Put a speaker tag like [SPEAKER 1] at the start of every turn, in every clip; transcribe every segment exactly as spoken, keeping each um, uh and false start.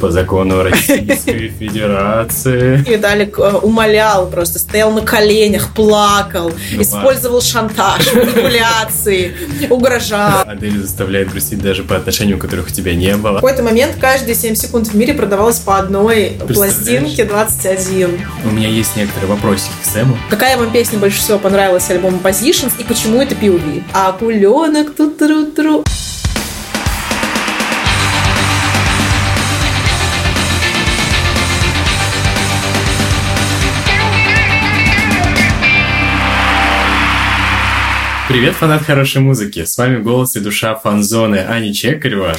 [SPEAKER 1] по закону Российской Федерации.
[SPEAKER 2] Виталик умолял, просто стоял на коленях, плакал, ну, использовал ладно. шантаж, манипуляции, угрожал.
[SPEAKER 1] Адель заставляет грустить даже по отношению, которых у тебя не было.
[SPEAKER 2] В какой-то момент каждые семь секунд в мире продавалось по одной пластинке двадцать один.
[SPEAKER 1] У меня есть некоторые вопросики к Сэму.
[SPEAKER 2] Какая вам песня больше всего понравилась альбома Positions и почему это пи ю ви? Акуленок тут-тру-тру.
[SPEAKER 1] Привет, фанат хорошей музыки! С вами голос и душа фан-зоны Аня Чекарева.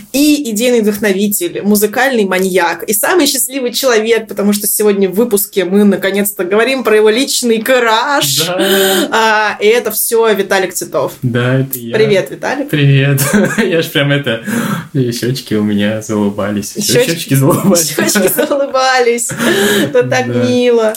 [SPEAKER 2] И идейный вдохновитель, музыкальный маньяк и самый счастливый человек, потому что сегодня в выпуске мы наконец-то говорим про его личный краш.
[SPEAKER 1] Да.
[SPEAKER 2] А, и это все Виталик Титов.
[SPEAKER 1] Да, это я.
[SPEAKER 2] Привет, Виталик.
[SPEAKER 1] Привет. Я ж прям это... Щечки у меня заулыбались. Щечки заулыбались.
[SPEAKER 2] Щечки заулыбались. Это так мило.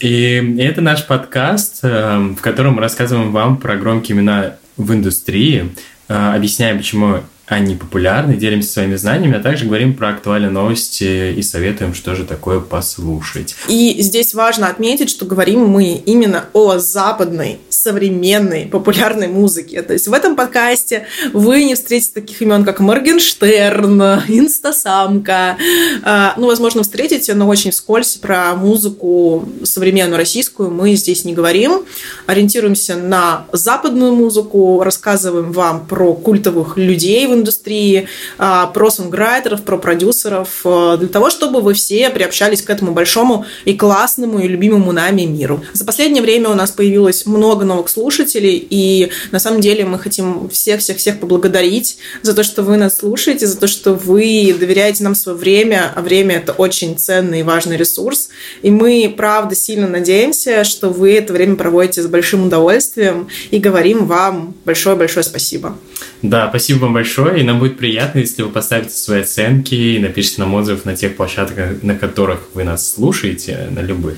[SPEAKER 1] И это наш подкаст, в котором мы рассказываем вам про громкие имена в индустрии, объясняем, почему они популярны, делимся своими знаниями, а также говорим про актуальные новости и советуем, что же такое послушать.
[SPEAKER 2] И здесь важно отметить, что говорим мы именно о западной, современной, популярной музыке. То есть в этом подкасте вы не встретите таких имен, как Моргенштерн, Инстасамка. Ну, возможно, встретите, но очень вскользь. Про музыку современную российскую мы здесь не говорим. Ориентируемся на западную музыку, рассказываем вам про культовых людей в индустрии, про сонграйтеров, про продюсеров, для того, чтобы вы все приобщались к этому большому и классному и любимому нами миру. За последнее время у нас появилось много новых слушателей, и на самом деле мы хотим всех-всех-всех поблагодарить за то, что вы нас слушаете, за то, что вы доверяете нам свое время, а время – это очень ценный и важный ресурс, и мы, правда, сильно надеемся, что вы это время проводите с большим удовольствием, и говорим вам большое-большое спасибо.
[SPEAKER 1] Да, спасибо вам большое, и нам будет приятно, если вы поставите свои оценки и напишите нам отзыв на тех площадках, на которых вы нас слушаете, на любых.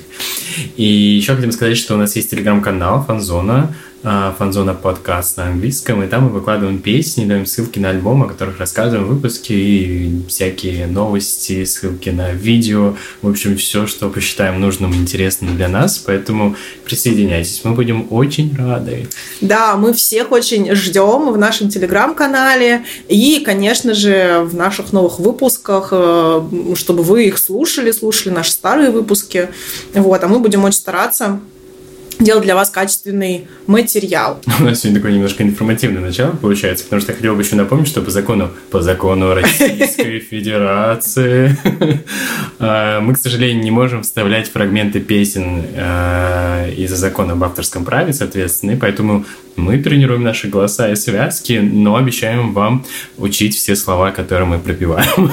[SPEAKER 1] И еще хотим сказать, что у нас есть телеграм-канал «Фан-зона», «Фан-зона подкаст» на английском, и там мы выкладываем песни, даем ссылки на альбомы, о которых рассказываем в выпуске, и всякие новости, ссылки на видео, в общем, все, что посчитаем нужным и интересным для нас, поэтому присоединяйтесь, мы будем очень рады.
[SPEAKER 2] Да, мы всех очень ждем в нашем телеграм-канале и, конечно же, в наших новых выпусках, чтобы вы их слушали, слушали наши старые выпуски, вот, а мы будем очень стараться делать для вас качественный материал.
[SPEAKER 1] У нас сегодня такое немножко информативное начало получается, потому что я хотел бы еще напомнить, что по закону, по закону Российской Федерации мы, к сожалению, не можем вставлять фрагменты песен из-за закона об авторском праве, соответственно, и поэтому мы тренируем наши голоса и связки, но обещаем вам учить все слова, которые мы пропеваем.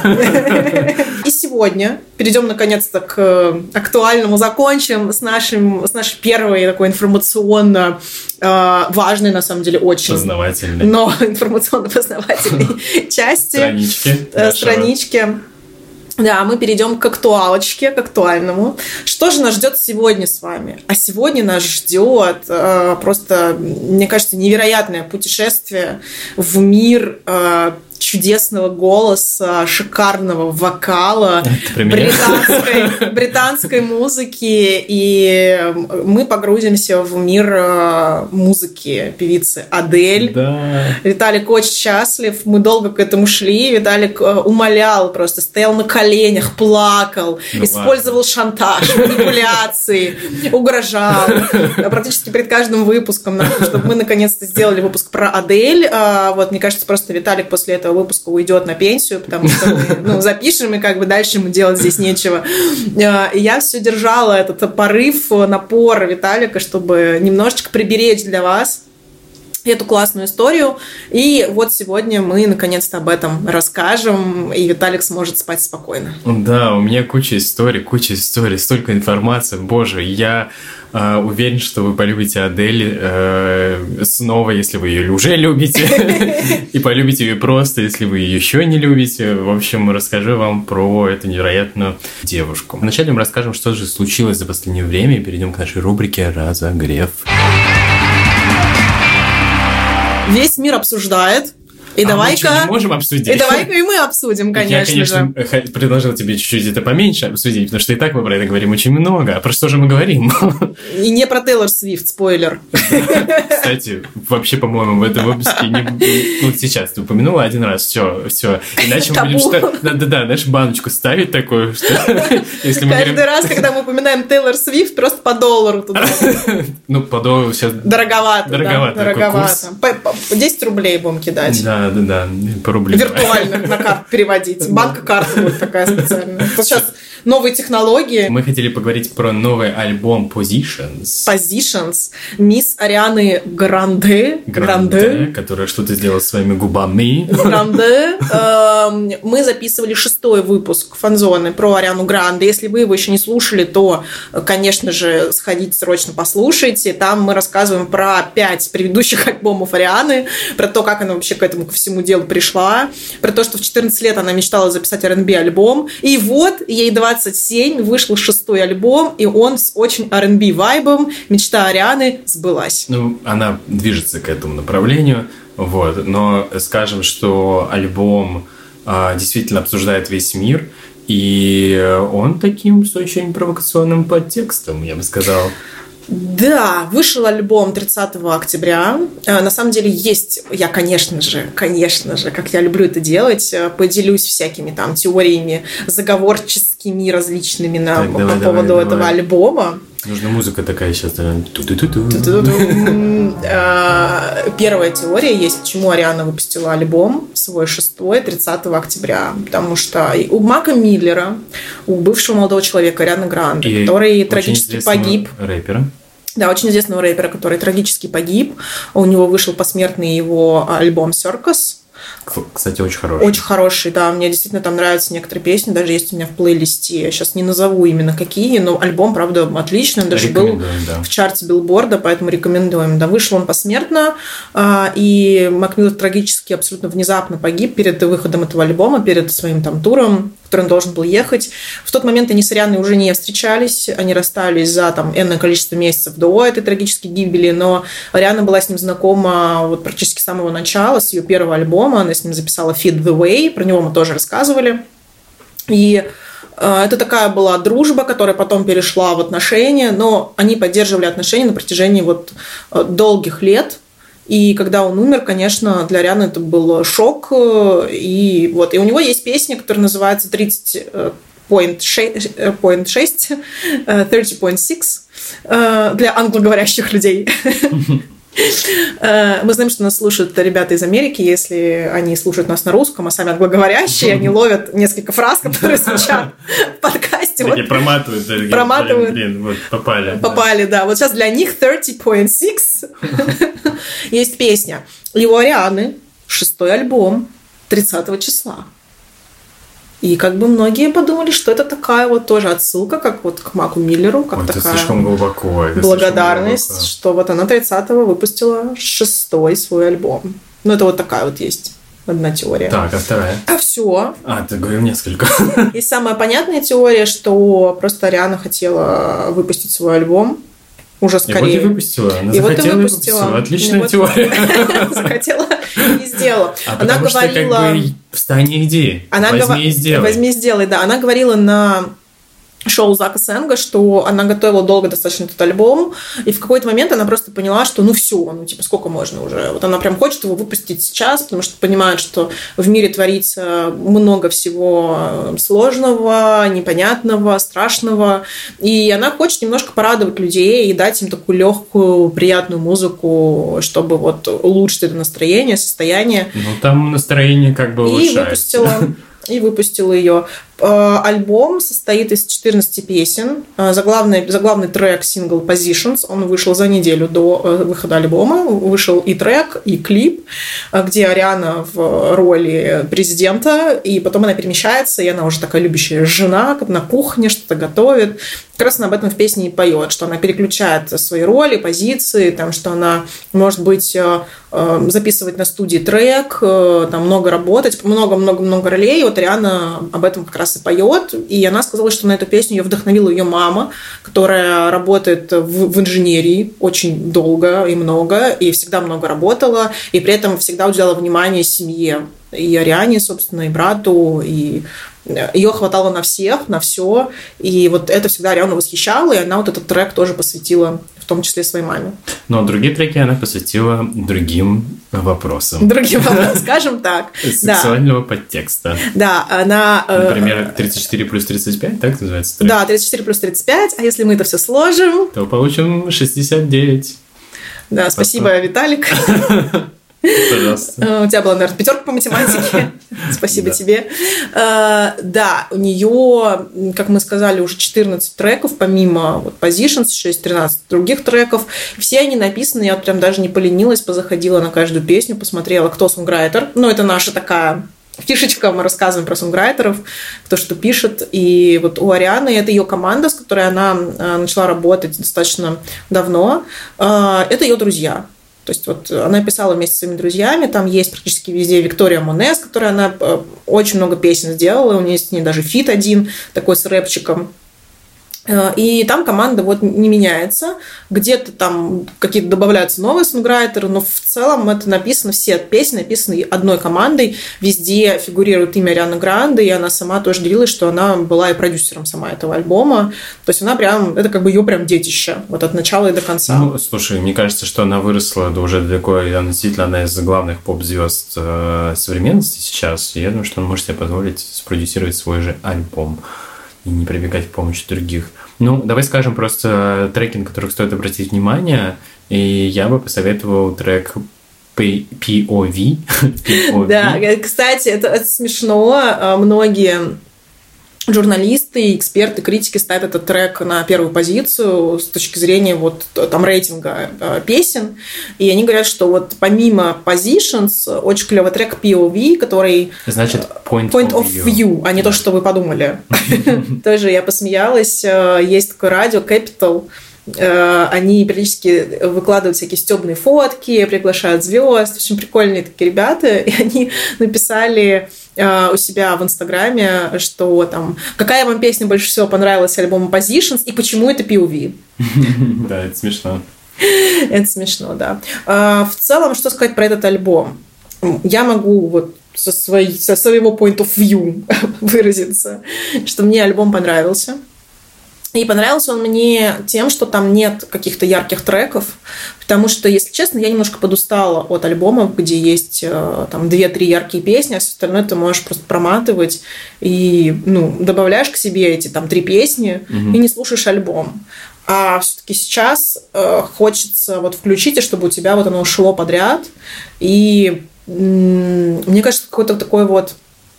[SPEAKER 2] И сегодня перейдем наконец-то к актуальному, закончим с, нашим, с нашей первой такой информационно э, важной, на самом деле, очень...
[SPEAKER 1] Познавательной.
[SPEAKER 2] Но информационно-познавательной части.
[SPEAKER 1] Странички.
[SPEAKER 2] Э, странички. Да, мы перейдем к актуалочке, к актуальному. Что же нас ждет сегодня с вами? А сегодня нас ждет э, просто, мне кажется, невероятное путешествие в мир э, чудесного голоса, шикарного вокала, британской, британской музыки. И мы погрузимся в мир музыки певицы Адель.
[SPEAKER 1] Да.
[SPEAKER 2] Виталик очень счастлив. Мы долго к этому шли. Виталик умолял, просто стоял на коленях, плакал, ну, использовал ладно. шантаж, манипуляции, угрожал. Практически перед каждым выпуском, чтобы мы наконец-то сделали выпуск про Адель. Вот, мне кажется, просто Виталик после этого выпуска уйдет на пенсию, потому что мы ну, запишем, и как бы дальше ему делать здесь нечего. И я все держала этот порыв, напор Виталика, чтобы немножечко приберечь для вас эту классную историю. И вот сегодня мы наконец-то об этом расскажем, и Виталик сможет спать спокойно.
[SPEAKER 1] Да, у меня куча историй, куча историй, столько информации. Боже, я э, уверен, что вы полюбите Адель э, снова, если вы ее уже любите, и полюбите ее просто, если вы ее еще не любите. В общем, расскажу вам про эту невероятную девушку. Вначале мы расскажем, что же случилось за последнее время, и перейдем к нашей рубрике «Разогрев».
[SPEAKER 2] Весь мир обсуждает И
[SPEAKER 1] а
[SPEAKER 2] давай-ка...
[SPEAKER 1] мы что, не можем обсудить?
[SPEAKER 2] И давай-ка и мы обсудим, конечно
[SPEAKER 1] Я, конечно,
[SPEAKER 2] же.
[SPEAKER 1] предложил тебе чуть-чуть это поменьше обсудить, потому что и так мы про это говорим очень много. А про что же мы говорим?
[SPEAKER 2] И не про Тейлор Свифт, спойлер.
[SPEAKER 1] Кстати, вообще, по-моему, в этом выпуске не... Ну, сейчас ты упомянула один раз, все, все. Иначе мы будем что... Да-да-да, знаешь, баночку ставить такую, что... Если мы
[SPEAKER 2] Каждый
[SPEAKER 1] говорим...
[SPEAKER 2] раз, когда мы упоминаем Тейлор Свифт, просто по доллару туда.
[SPEAKER 1] Ну, по доллару сейчас...
[SPEAKER 2] Дороговато,
[SPEAKER 1] Дороговато.
[SPEAKER 2] да, дороговато. десять рублей будем кидать.
[SPEAKER 1] Да, да, да, по рублю.
[SPEAKER 2] Виртуально на карту переводить. Банка карта будет такая специальная. Сейчас новые технологии.
[SPEAKER 1] Мы хотели поговорить про новый альбом Positions.
[SPEAKER 2] Positions. Мисс Арианы Гранде.
[SPEAKER 1] Гранде, которая что-то сделала своими губами.
[SPEAKER 2] Гранде. Мы записывали шестой выпуск фанзоны про Ариану Гранде. Если вы его еще не слушали, то, конечно же, сходите срочно послушайте. Там мы рассказываем про пять предыдущих альбомов Арианы, про то, как она вообще к этому ко всему делу пришла, про то, что в четырнадцать лет она мечтала записать ар энд би альбом. И вот ей двадцать семь, вышел шестой альбом, и он с очень ар энд би вайбом. Мечта Арианы сбылась.
[SPEAKER 1] Ну, она движется к этому направлению, вот. Но скажем, что альбом а, действительно обсуждает весь мир, и он таким с очень провокационным подтекстом, я бы сказал.
[SPEAKER 2] Да, вышел альбом тридцатого октября. На самом деле есть, я, конечно же, конечно же, как я люблю это делать, поделюсь всякими там теориями заговорческими различными на, так, давай, по поводу давай, этого давай. альбома.
[SPEAKER 1] Нужна музыка такая сейчас.
[SPEAKER 2] Первая теория есть, почему Ариана выпустила альбом свой шестой тридцатого октября. Потому что у Мака Миллера, у бывшего молодого человека Арианы Гранде, который трагически погиб.
[SPEAKER 1] Рэпера.
[SPEAKER 2] Да, очень известного рэпера, который трагически погиб. У него вышел посмертный его альбом «Circus».
[SPEAKER 1] Кстати, очень хороший.
[SPEAKER 2] Очень хороший, да. Мне действительно там нравятся некоторые песни, даже есть у меня в плейлисте. Я сейчас не назову именно какие, но альбом, правда, отличный. Он даже был да. в чарте Билборда, поэтому рекомендуем. Да, вышел он посмертно, и Мак Миллер трагически, абсолютно внезапно погиб перед выходом этого альбома, перед своим там туром, в который он должен был ехать. В тот момент они с Арианой уже не встречались, они расстались за там энное количество месяцев до этой трагической гибели, но Ариана была с ним знакома вот практически с самого начала, с ее первого альбома. Она с ним записала Feed the Way, про него мы тоже рассказывали. И э, это такая была дружба, которая потом перешла в отношения, но они поддерживали отношения на протяжении вот э, долгих лет. И когда он умер, конечно, для Арианы это был шок. И, вот, и у него есть песня, которая называется тридцать шесть, тридцать шесть для англоговорящих людей. Мы знаем, что нас слушают ребята из Америки. Если они слушают нас на русском, а сами англоговорящие, они ловят несколько фраз, которые звучат в подкасте.
[SPEAKER 1] Такие проматывают.
[SPEAKER 2] Проматывают.
[SPEAKER 1] Блин, вот попали.
[SPEAKER 2] Попали, да. Вот сейчас для них тридцать шесть есть песня. И у Арианы шестой альбом тридцатого числа. И как бы многие подумали, что это такая вот тоже отсылка, как вот к Маку Миллеру, как
[SPEAKER 1] Ой,
[SPEAKER 2] такая
[SPEAKER 1] это слишком глубоко, это
[SPEAKER 2] благодарность,
[SPEAKER 1] слишком глубоко.
[SPEAKER 2] Что вот она тридцатого выпустила шестой свой альбом. Ну, это вот такая вот есть одна теория.
[SPEAKER 1] Так, а вторая?
[SPEAKER 2] А все.
[SPEAKER 1] А, ты говорил несколько.
[SPEAKER 2] И самая понятная теория, что просто Ариана хотела выпустить свой альбом. Уже скорее.
[SPEAKER 1] И вот и выпустила. Она
[SPEAKER 2] и
[SPEAKER 1] захотела
[SPEAKER 2] вот и
[SPEAKER 1] выпустила.
[SPEAKER 2] выпустила.
[SPEAKER 1] Отличная
[SPEAKER 2] вот
[SPEAKER 1] теория.
[SPEAKER 2] Захотела и сделала.
[SPEAKER 1] А
[SPEAKER 2] она
[SPEAKER 1] потому
[SPEAKER 2] говорила...
[SPEAKER 1] что как бы встань и иди.
[SPEAKER 2] Она
[SPEAKER 1] возьми
[SPEAKER 2] гов...
[SPEAKER 1] и сделай.
[SPEAKER 2] Возьми и сделай, да. Она говорила на шоу Зака Сэнга, что она готовила долго достаточно этот альбом, и в какой-то момент она просто поняла, что ну все, ну типа сколько можно уже. Вот она прям хочет его выпустить сейчас, потому что понимает, что в мире творится много всего сложного, непонятного, страшного, и она хочет немножко порадовать людей и дать им такую легкую, приятную музыку, чтобы вот улучшить это настроение, состояние.
[SPEAKER 1] Ну там настроение как бы улучшается.
[SPEAKER 2] И выпустила, и выпустила ее. Альбом состоит из четырнадцати песен. Заглавный, заглавный трек, сингл Positions, он вышел за неделю до выхода альбома. Вышел и трек, и клип, где Ариана в роли президента, и потом она перемещается, и она уже такая любящая жена, на кухне что-то готовит. Как раз она об этом в песне и поет, что она переключает свои роли, позиции, там, что она, может быть, записывать на студии трек, там много работать, много-много-много ролей. И вот Ариана об этом как раз раз и поет. И она сказала, что на эту песню ее вдохновила ее мама, которая работает в, в инженерии очень долго и много, и всегда много работала, и при этом всегда уделяла внимание семье. И Ариане, собственно, и брату, и ее хватало на всех, на все. И вот это всегда Ариану восхищало, и она вот этот трек тоже посвятила, в том числе своей маме.
[SPEAKER 1] Но другие треки она посвятила другим вопросам.
[SPEAKER 2] Другим вопросам, скажем так.
[SPEAKER 1] Сексуального подтекста.
[SPEAKER 2] Да, она...
[SPEAKER 1] Например, тридцать четыре плюс тридцать пять, так называется трек?
[SPEAKER 2] Да, тридцать четыре плюс тридцать пять, а если мы это все сложим...
[SPEAKER 1] То получим шестьдесят девять.
[SPEAKER 2] Да, спасибо, Виталик.
[SPEAKER 1] Пожалуйста.
[SPEAKER 2] У тебя была, наверное, пятерка по математике. Спасибо тебе. Да, у нее, как мы сказали, уже четырнадцать треков, помимо Positions, еще есть тринадцать других треков. Все они написаны, я прям даже не поленилась, позаходила на каждую песню, посмотрела, кто сонграйтер. Ну, это наша такая... фишечка, мы рассказываем про сонграйтеров, кто что пишет. И вот у Арианы это ее команда, с которой она начала работать достаточно давно. Это ее друзья. То есть вот она писала вместе с своими друзьями, там есть практически везде Виктория Моне, с которой она очень много песен сделала, у нее есть с ней даже фит один такой с рэпчиком. И там команда вот не меняется. Где-то там какие-то добавляются новые сонграйтеры, но в целом это написано, все песни написаны одной командой. Везде фигурирует имя Арианы Гранде, и она сама тоже делилась, что она была и продюсером сама этого альбома. То есть она прям, это как бы ее прям детище, вот от начала и до конца.
[SPEAKER 1] Ну, слушай, мне кажется, что она выросла да, уже далеко, и она действительно одна из главных поп-звезд э, современности сейчас. И я думаю, что она может себе позволить спродюсировать свой же альбом и не прибегать к помощи других. Ну, давай скажем просто треки, на которых стоит обратить внимание. И я бы посоветовал трек пи о ви.
[SPEAKER 2] Да, кстати, это, это смешно. Многие журналисты, эксперты, критики ставят этот трек на первую позицию с точки зрения вот там рейтинга песен. И они говорят, что вот помимо Positions очень клевый трек пи о ви, который...
[SPEAKER 1] Значит, Point,
[SPEAKER 2] point of View, view а не то, что вы подумали. Тоже я посмеялась. Есть такое радио Capital. Они периодически выкладывают всякие стёбные фотки, приглашают звезд. Очень прикольные такие ребята. И они написали у себя в Инстаграме, что там, какая вам песня больше всего понравилась альбома Positions и почему это пи о ви.
[SPEAKER 1] Да, это смешно.
[SPEAKER 2] Это смешно, да. В целом, что сказать про этот альбом? Я могу вот со, своей, со своего point of view выразиться, что мне альбом понравился. И понравился он мне тем, что там нет каких-то ярких треков, потому что, если честно, я немножко подустала от альбомов, где есть там две-три яркие песни, а все остальное ты можешь просто проматывать и ну, добавляешь к себе эти там три песни mm-hmm. и не слушаешь альбом. А все-таки сейчас э, хочется вот включить, и чтобы у тебя вот оно шло подряд. И м- мне кажется, какой-то такой вот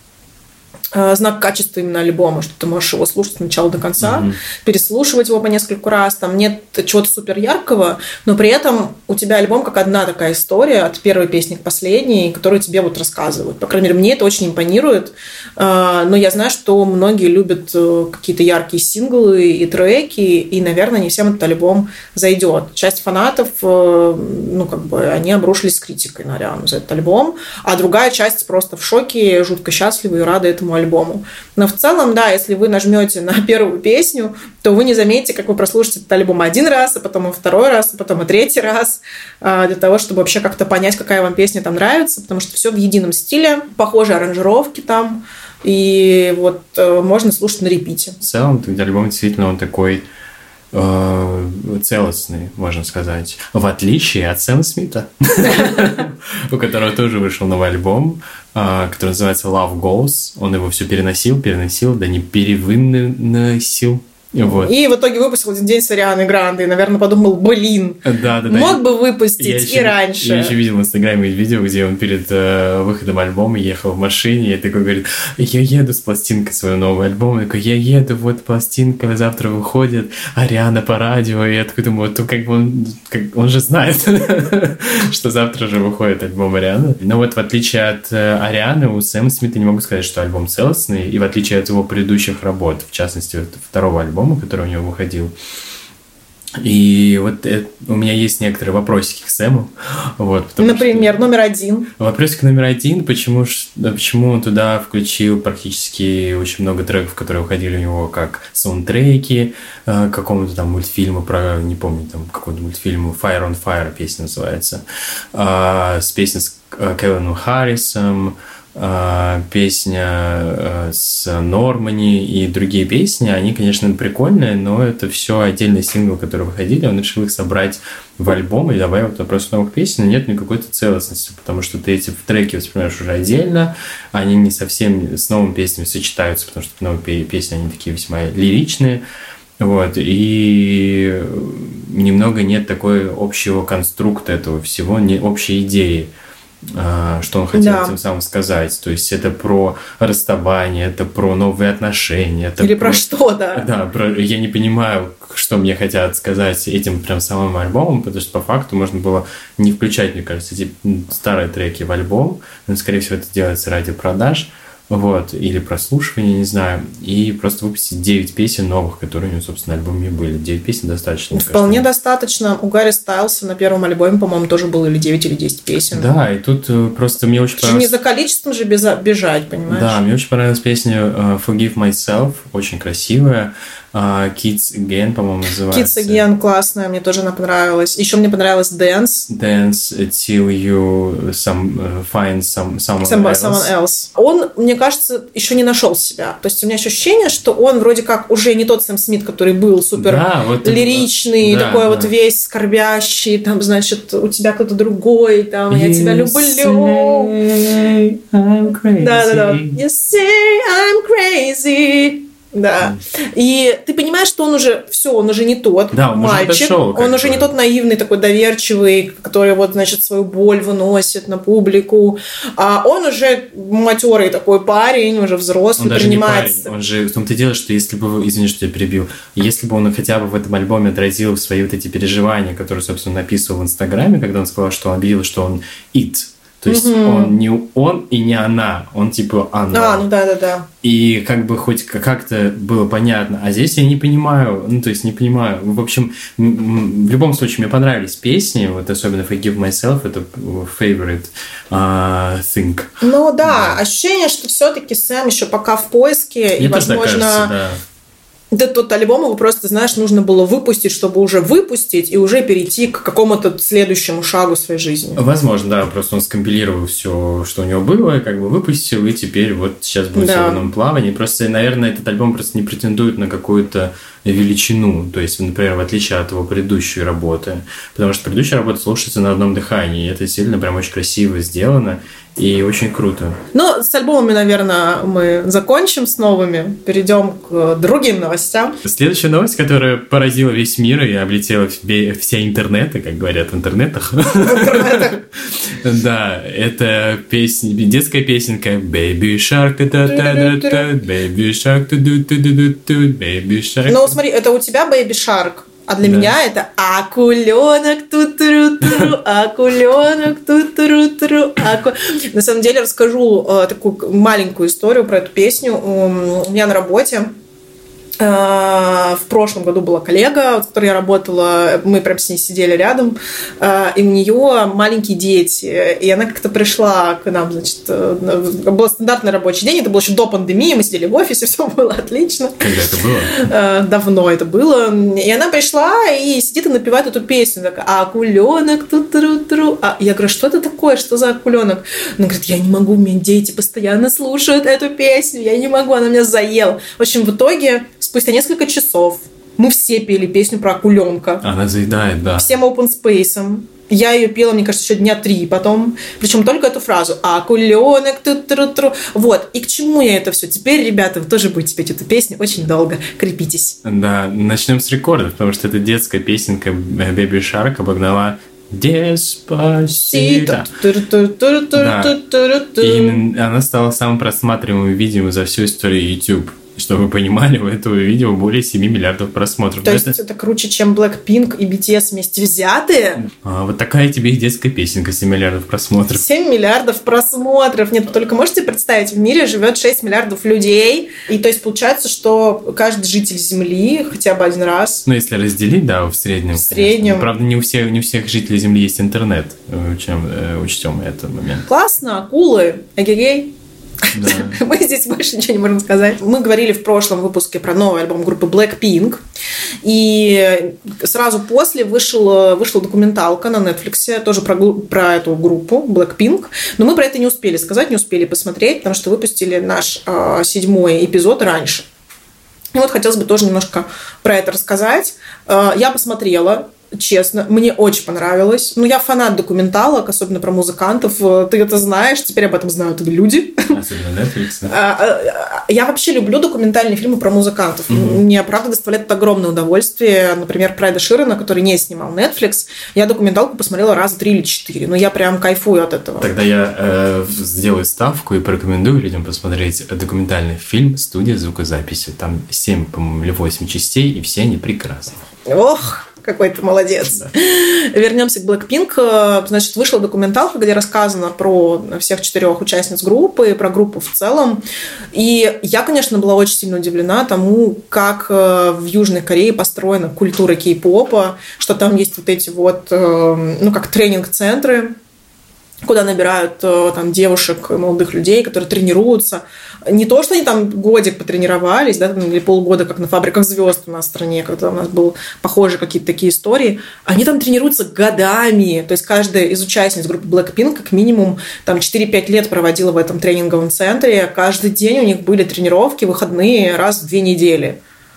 [SPEAKER 2] знак качества именно альбома, что ты можешь его слушать с начала до конца, mm-hmm. переслушивать его по нескольку раз, там нет чего-то супер яркого, но при этом у тебя альбом как одна такая история от первой песни к последней, которую тебе вот рассказывают. По крайней мере, мне это очень импонирует, но я знаю, что многие любят какие-то яркие синглы и треки, и, наверное, не всем этот альбом зайдет. Часть фанатов, ну, как бы, они обрушились с критикой на Ариану за этот альбом, а другая часть просто в шоке, жутко счастлива и рада этому альбому. альбому. Но в целом, да, если вы нажмете на первую песню, то вы не заметите, как вы прослушаете этот альбом один раз, а потом и второй раз, а потом и третий раз, для того, чтобы вообще как-то понять, какая вам песня там нравится, потому что все в едином стиле, похожие аранжировки там, и вот можно слушать на репите.
[SPEAKER 1] В целом, этот альбом действительно он такой э, целостный, можно сказать, в отличие от Сэма Смита, у которого тоже вышел новый альбом, который называется Love Goes. Он его все переносил, переносил, да не перевыносил. Вот.
[SPEAKER 2] И в итоге выпустил один день с Арианой Гранде. И, наверное, подумал, блин, да, да, мог да. бы выпустить я и еще, раньше.
[SPEAKER 1] Я еще видел в Инстаграме видео, где он перед э, выходом альбома ехал в машине и такой говорит, я еду с пластинкой своего нового альбома. Я такой, я еду, вот пластинка завтра выходит, Ариана по радио. И я такой думаю, то как бы он, как, он же знает, что завтра же выходит альбом Арианы. Но вот в отличие от э, Арианы, у Сэма Смита не могу сказать, что альбом целостный. И в отличие от его предыдущих работ, в частности, второго альбома, который у него выходил, И вот это, у меня есть некоторые вопросики к Сэму. Вот,
[SPEAKER 2] Например, что... номер один.
[SPEAKER 1] Вопросик номер один. Почему, почему он туда включил практически очень много треков, которые уходили у него как саундтреки к какому-то там мультфильму про, не помню, там какому-то мультфильму Fire on Fire песня называется. С песней с Кевином Харрисом, песня с Нормани и другие песни, они, конечно, прикольные, но это все отдельные синглы, которые выходили, он решил их собрать в альбом и добавил туда просто новых песен, но нет никакой-то целостности, потому что ты эти треки воспринимаешь уже отдельно, они не совсем с новыми песнями сочетаются, потому что новые песни, они такие весьма лиричные, вот, и немного нет такой общего конструкта этого всего, не общей идеи, что он хотел да. тем самым сказать. То есть это про расставание, это про новые отношения. Это
[SPEAKER 2] Или про, про что, да.
[SPEAKER 1] Да, про... я не понимаю, что мне хотят сказать этим прям самым альбомом, потому что по факту можно было не включать, мне кажется, эти старые треки в альбом, но, скорее всего, это делается ради продаж. Вот, или прослушивания, не знаю, и просто выпустить девять песен новых, которые у него, собственно, на альбоме были. девять песен достаточно.
[SPEAKER 2] Вполне кажется. Достаточно. У Гарри Стайлса на первом альбоме, по-моему, тоже было или девять, или десять песен.
[SPEAKER 1] Да, и тут просто мне очень
[SPEAKER 2] понравилось... Не за количеством же бежать, понимаешь?
[SPEAKER 1] Да, мне очень понравилась песня Forgive Myself, очень красивая. Kids Again, по-моему, называется.
[SPEAKER 2] Kids Again классная, мне тоже она понравилась. Еще мне понравилась Dance.
[SPEAKER 1] Dance till you some, find some, someone,
[SPEAKER 2] some,
[SPEAKER 1] else.
[SPEAKER 2] someone else. Он, мне кажется, еще не нашел себя. То есть у меня ощущение, что он вроде как уже не тот Сэм Смит, который был супер да, вот лиричный, да, такой да. вот весь скорбящий, там, значит, у тебя кто-то другой, там, you я тебя люблю.
[SPEAKER 1] I'm crazy.
[SPEAKER 2] Да-да-да. You say I'm crazy. Да. И ты понимаешь, что он уже все, он уже не тот
[SPEAKER 1] да, он
[SPEAKER 2] мальчик,
[SPEAKER 1] уже дошел,
[SPEAKER 2] он уже не тот наивный, такой доверчивый, который вот, значит, свою боль выносит на публику. А он уже матерый такой парень, уже взрослый,
[SPEAKER 1] он
[SPEAKER 2] принимает.
[SPEAKER 1] Даже не парень. Он же в том-то и дело, что если бы, извини, что я перебил, если бы он хотя бы в этом альбоме отразил свои вот эти переживания, которые, собственно, написывал в Инстаграме, когда он сказал, что он объявил, что он it. То есть mm-hmm. он не он и не она, он типа она.
[SPEAKER 2] А, ну да-да-да.
[SPEAKER 1] И как бы хоть как-то было понятно. А здесь я не понимаю, ну то есть не понимаю. В общем, в любом случае мне понравились песни, вот особенно Forgive Myself, это favorite uh, thing.
[SPEAKER 2] Ну да, да, ощущение, что все-таки Сэм еще пока в поиске,
[SPEAKER 1] мне
[SPEAKER 2] и, возможно...
[SPEAKER 1] Кажется, да.
[SPEAKER 2] Этот тот альбом его просто, знаешь, нужно было выпустить, чтобы уже выпустить и уже перейти к какому-то следующему шагу в своей жизни.
[SPEAKER 1] Возможно, да, просто он скомпилировал все, что у него было, и как бы выпустил, и теперь вот сейчас будет да. в новом плавании. Просто, наверное, этот альбом просто не претендует на какую-то величину, то есть, например, в отличие от его предыдущей работы, потому что предыдущая работа слушается на одном дыхании, и это сильно прям очень красиво сделано и очень круто.
[SPEAKER 2] Ну, с альбомами, наверное, мы закончим с новыми, перейдем к другим новостям.
[SPEAKER 1] Следующая новость, которая поразила весь мир и облетела все интернеты, как говорят в интернетах. В интернетах. Да, это песня, детская песенка Baby Shark, Baby Shark, Baby Shark.
[SPEAKER 2] Ну, смотри, это у тебя Baby Shark. А для да. меня это акуленок, ту-туру-туру, акуленок, ту-туру-туру, аку... На самом деле расскажу э, такую маленькую историю про эту песню. У меня на работе в прошлом году была коллега, с которой я работала, мы прям с ней сидели рядом, и у нее маленькие дети, и она как-то пришла к нам, значит, был стандартный рабочий день, это было еще до пандемии, мы сидели в офисе, все было отлично.
[SPEAKER 1] Когда это было?
[SPEAKER 2] Давно это было. И она пришла и сидит и напевает эту песню, такая, акуленок, ту-тру-тру. А я говорю, что это такое, что за акуленок? Она говорит, я не могу, у меня дети постоянно слушают эту песню, я не могу, она меня заела. В общем, в итоге спустя несколько часов мы все пели песню про акуленка.
[SPEAKER 1] Она заедает, да.
[SPEAKER 2] Всем open space. Я ее пела, мне кажется, еще дня три потом. Причем только эту фразу. Акуленок, ту-тру-тру. Вот. И к чему я это все? Теперь, ребята, вы тоже будете петь эту песню очень долго. Крепитесь.
[SPEAKER 1] Да, начнем с рекордов, потому что эта детская песенка Baby Shark обогнала Деспасито. Да. И она стала самым просматриваемым видео за всю историю YouTube. Чтобы вы понимали, у этого видео более семь миллиардов просмотров.
[SPEAKER 2] То есть это... это круче, чем Blackpink и би ти эс вместе взятые?
[SPEAKER 1] А, вот такая тебе и детская песенка, семь миллиардов просмотров.
[SPEAKER 2] семь миллиардов просмотров. Нет, вы только можете представить, в мире живет шесть миллиардов людей. И то есть получается, что каждый житель Земли хотя бы один раз...
[SPEAKER 1] Ну, если разделить, да, в среднем.
[SPEAKER 2] В среднем.
[SPEAKER 1] Правда, не у всех, не у всех жителей Земли есть интернет. Учтем, учтем этот момент.
[SPEAKER 2] Классно, акулы, эгегей.
[SPEAKER 1] Да.
[SPEAKER 2] Мы здесь больше ничего не можем сказать. Мы говорили в прошлом выпуске про новый альбом группы Blackpink. И сразу после вышел, вышла документалка на Netflix тоже про, про эту группу Blackpink. Но мы про это не успели сказать, не успели посмотреть, потому что выпустили наш э, седьмой эпизод раньше. И вот хотелось бы тоже немножко про это рассказать. Э, я посмотрела. Честно, мне очень понравилось. Ну, я фанат документалок, особенно про музыкантов. Ты это знаешь, теперь об этом знают и люди.
[SPEAKER 1] Особенно Netflix.
[SPEAKER 2] Я вообще люблю документальные фильмы про музыкантов. Угу. Мне, правда, доставляет огромное удовольствие. Например, про Эда Ширана, который не снимал Netflix. Я документалку посмотрела раза три или четыре. Но я прям кайфую от этого.
[SPEAKER 1] Тогда я э, сделаю ставку и порекомендую людям посмотреть документальный фильм «Студия звукозаписи». Там семь, по-моему, или восемь частей, и все они прекрасны.
[SPEAKER 2] Ох! Какой ты молодец. Да. Вернемся к Blackpink. Значит, вышла документалка, где рассказано про всех четырех участниц группы, про группу в целом. И я, конечно, была очень сильно удивлена тому, как в Южной Корее построена культура кей-попа, что там есть вот эти вот, ну, как тренинг-центры, куда набирают там девушек, молодых людей, которые тренируются. Не то, что они там годик потренировались, да, или полгода, как на «Фабриках звезд» у нас в стране, когда у нас были похожие какие-то такие истории. Они там тренируются годами. То есть каждая из участниц группы Blackpink как минимум там четыре-пять лет проводила в этом тренинговом центре. Каждый день у них были тренировки, выходные раз в две недели.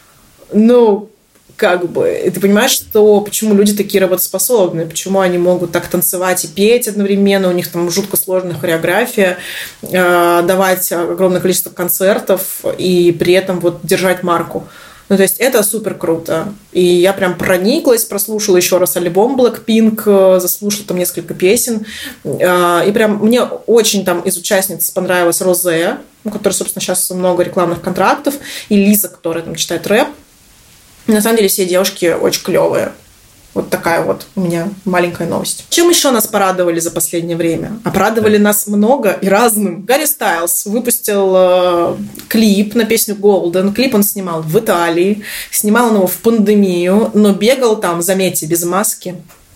[SPEAKER 2] Ну, как бы, и ты понимаешь, что почему люди такие работоспособные, почему они могут так танцевать и петь одновременно, у них там жутко сложная хореография, э, давать огромное количество концертов и при этом вот держать марку. Ну, то есть это супер круто. И я прям прониклась, прослушала еще раз альбом Blackpink, заслушала там несколько песен. И прям мне очень там из участниц понравилась Розе, у которой, собственно, сейчас много рекламных контрактов, и Лиза, которая там читает рэп. На самом деле все девушки очень клевые. Вот такая вот у меня маленькая новость. Чем еще нас порадовали за последнее время? А порадовали нас много и разным. Гарри Стайлз выпустил э, клип на песню Golden. Клип он снимал в Италии. Снимал он его в пандемию, но бегал там, заметьте, без маски.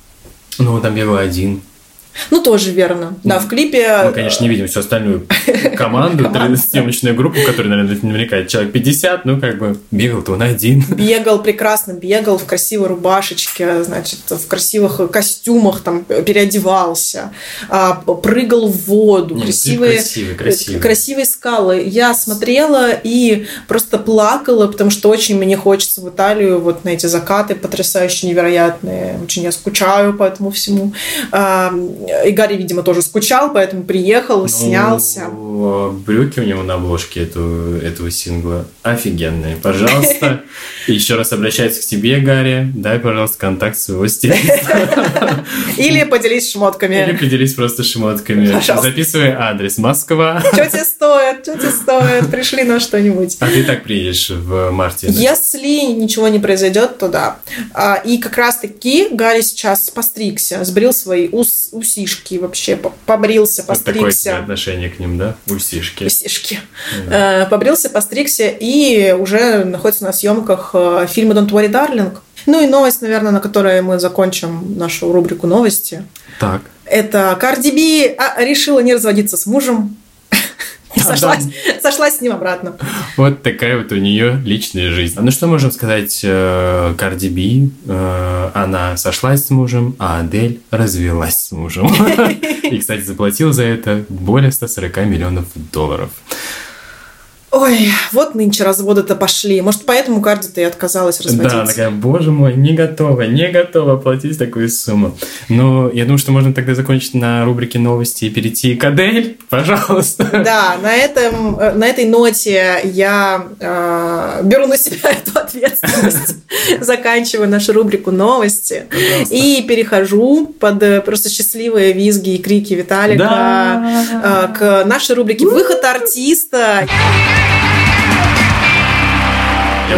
[SPEAKER 1] Ну, там бегал один.
[SPEAKER 2] Ну, тоже верно. Да, в клипе...
[SPEAKER 1] Мы, конечно, не видим всю остальную команду, съемочную группу, которая, наверное, наверняка человек пятьдесят, ну, как бы бегал-то он один.
[SPEAKER 2] Бегал, прекрасно бегал в красивой рубашечке, значит, в красивых костюмах, там, переодевался, прыгал в воду,
[SPEAKER 1] Нет,
[SPEAKER 2] красивые,
[SPEAKER 1] красивые, красивые.
[SPEAKER 2] красивые скалы. Я смотрела и просто плакала, потому что очень мне хочется в Италию, вот на эти закаты потрясающие, невероятные. Очень я скучаю по этому всему. И Гарри, видимо, тоже скучал, поэтому приехал, ну, снялся.
[SPEAKER 1] Брюки у него на обложке этого, этого сингла офигенные. Пожалуйста, еще раз обращаюсь к тебе, Гарри. Дай, пожалуйста, контакт своего стилиста.
[SPEAKER 2] Или поделись шмотками.
[SPEAKER 1] Или поделись просто шмотками. Пожалуйста. Записывай адрес Москва.
[SPEAKER 2] Что тебе стоит? Что тебе стоит? Пришли на что-нибудь.
[SPEAKER 1] А ты так приедешь в марте?
[SPEAKER 2] Если ничего не произойдет, то да. И как раз-таки Гарри сейчас постригся, сбрил свои ус усишки вообще, побрился, постригся.
[SPEAKER 1] Вот такое отношение к ним, да? Усишки.
[SPEAKER 2] Усишки. Да. Побрился, постригся и уже находится на съемках фильма «Don't Worry, Darling». Ну и новость, наверное, на которой мы закончим нашу рубрику новости.
[SPEAKER 1] Так.
[SPEAKER 2] Это Карди Би решила не разводиться с мужем. Сошлась, сошлась с ним обратно.
[SPEAKER 1] Вот такая вот у нее личная жизнь. Ну что можем сказать? Карди Би, она сошлась с мужем, а Адель развелась с мужем. И, кстати, заплатил за это более ста сорока миллионов долларов.
[SPEAKER 2] Ой, вот нынче разводы-то пошли. Может, поэтому Карди-то и отказалась разводиться.
[SPEAKER 1] Да, такая, боже мой, не готова, не готова платить такую сумму. Но я думаю, что можно тогда закончить на рубрике новости и перейти к Адель, пожалуйста.
[SPEAKER 2] Да, на, этом, на этой ноте я э, беру на себя эту ответственность, заканчиваю нашу рубрику новости и перехожу под просто счастливые визги и крики Виталика к нашей рубрике «Выход артиста».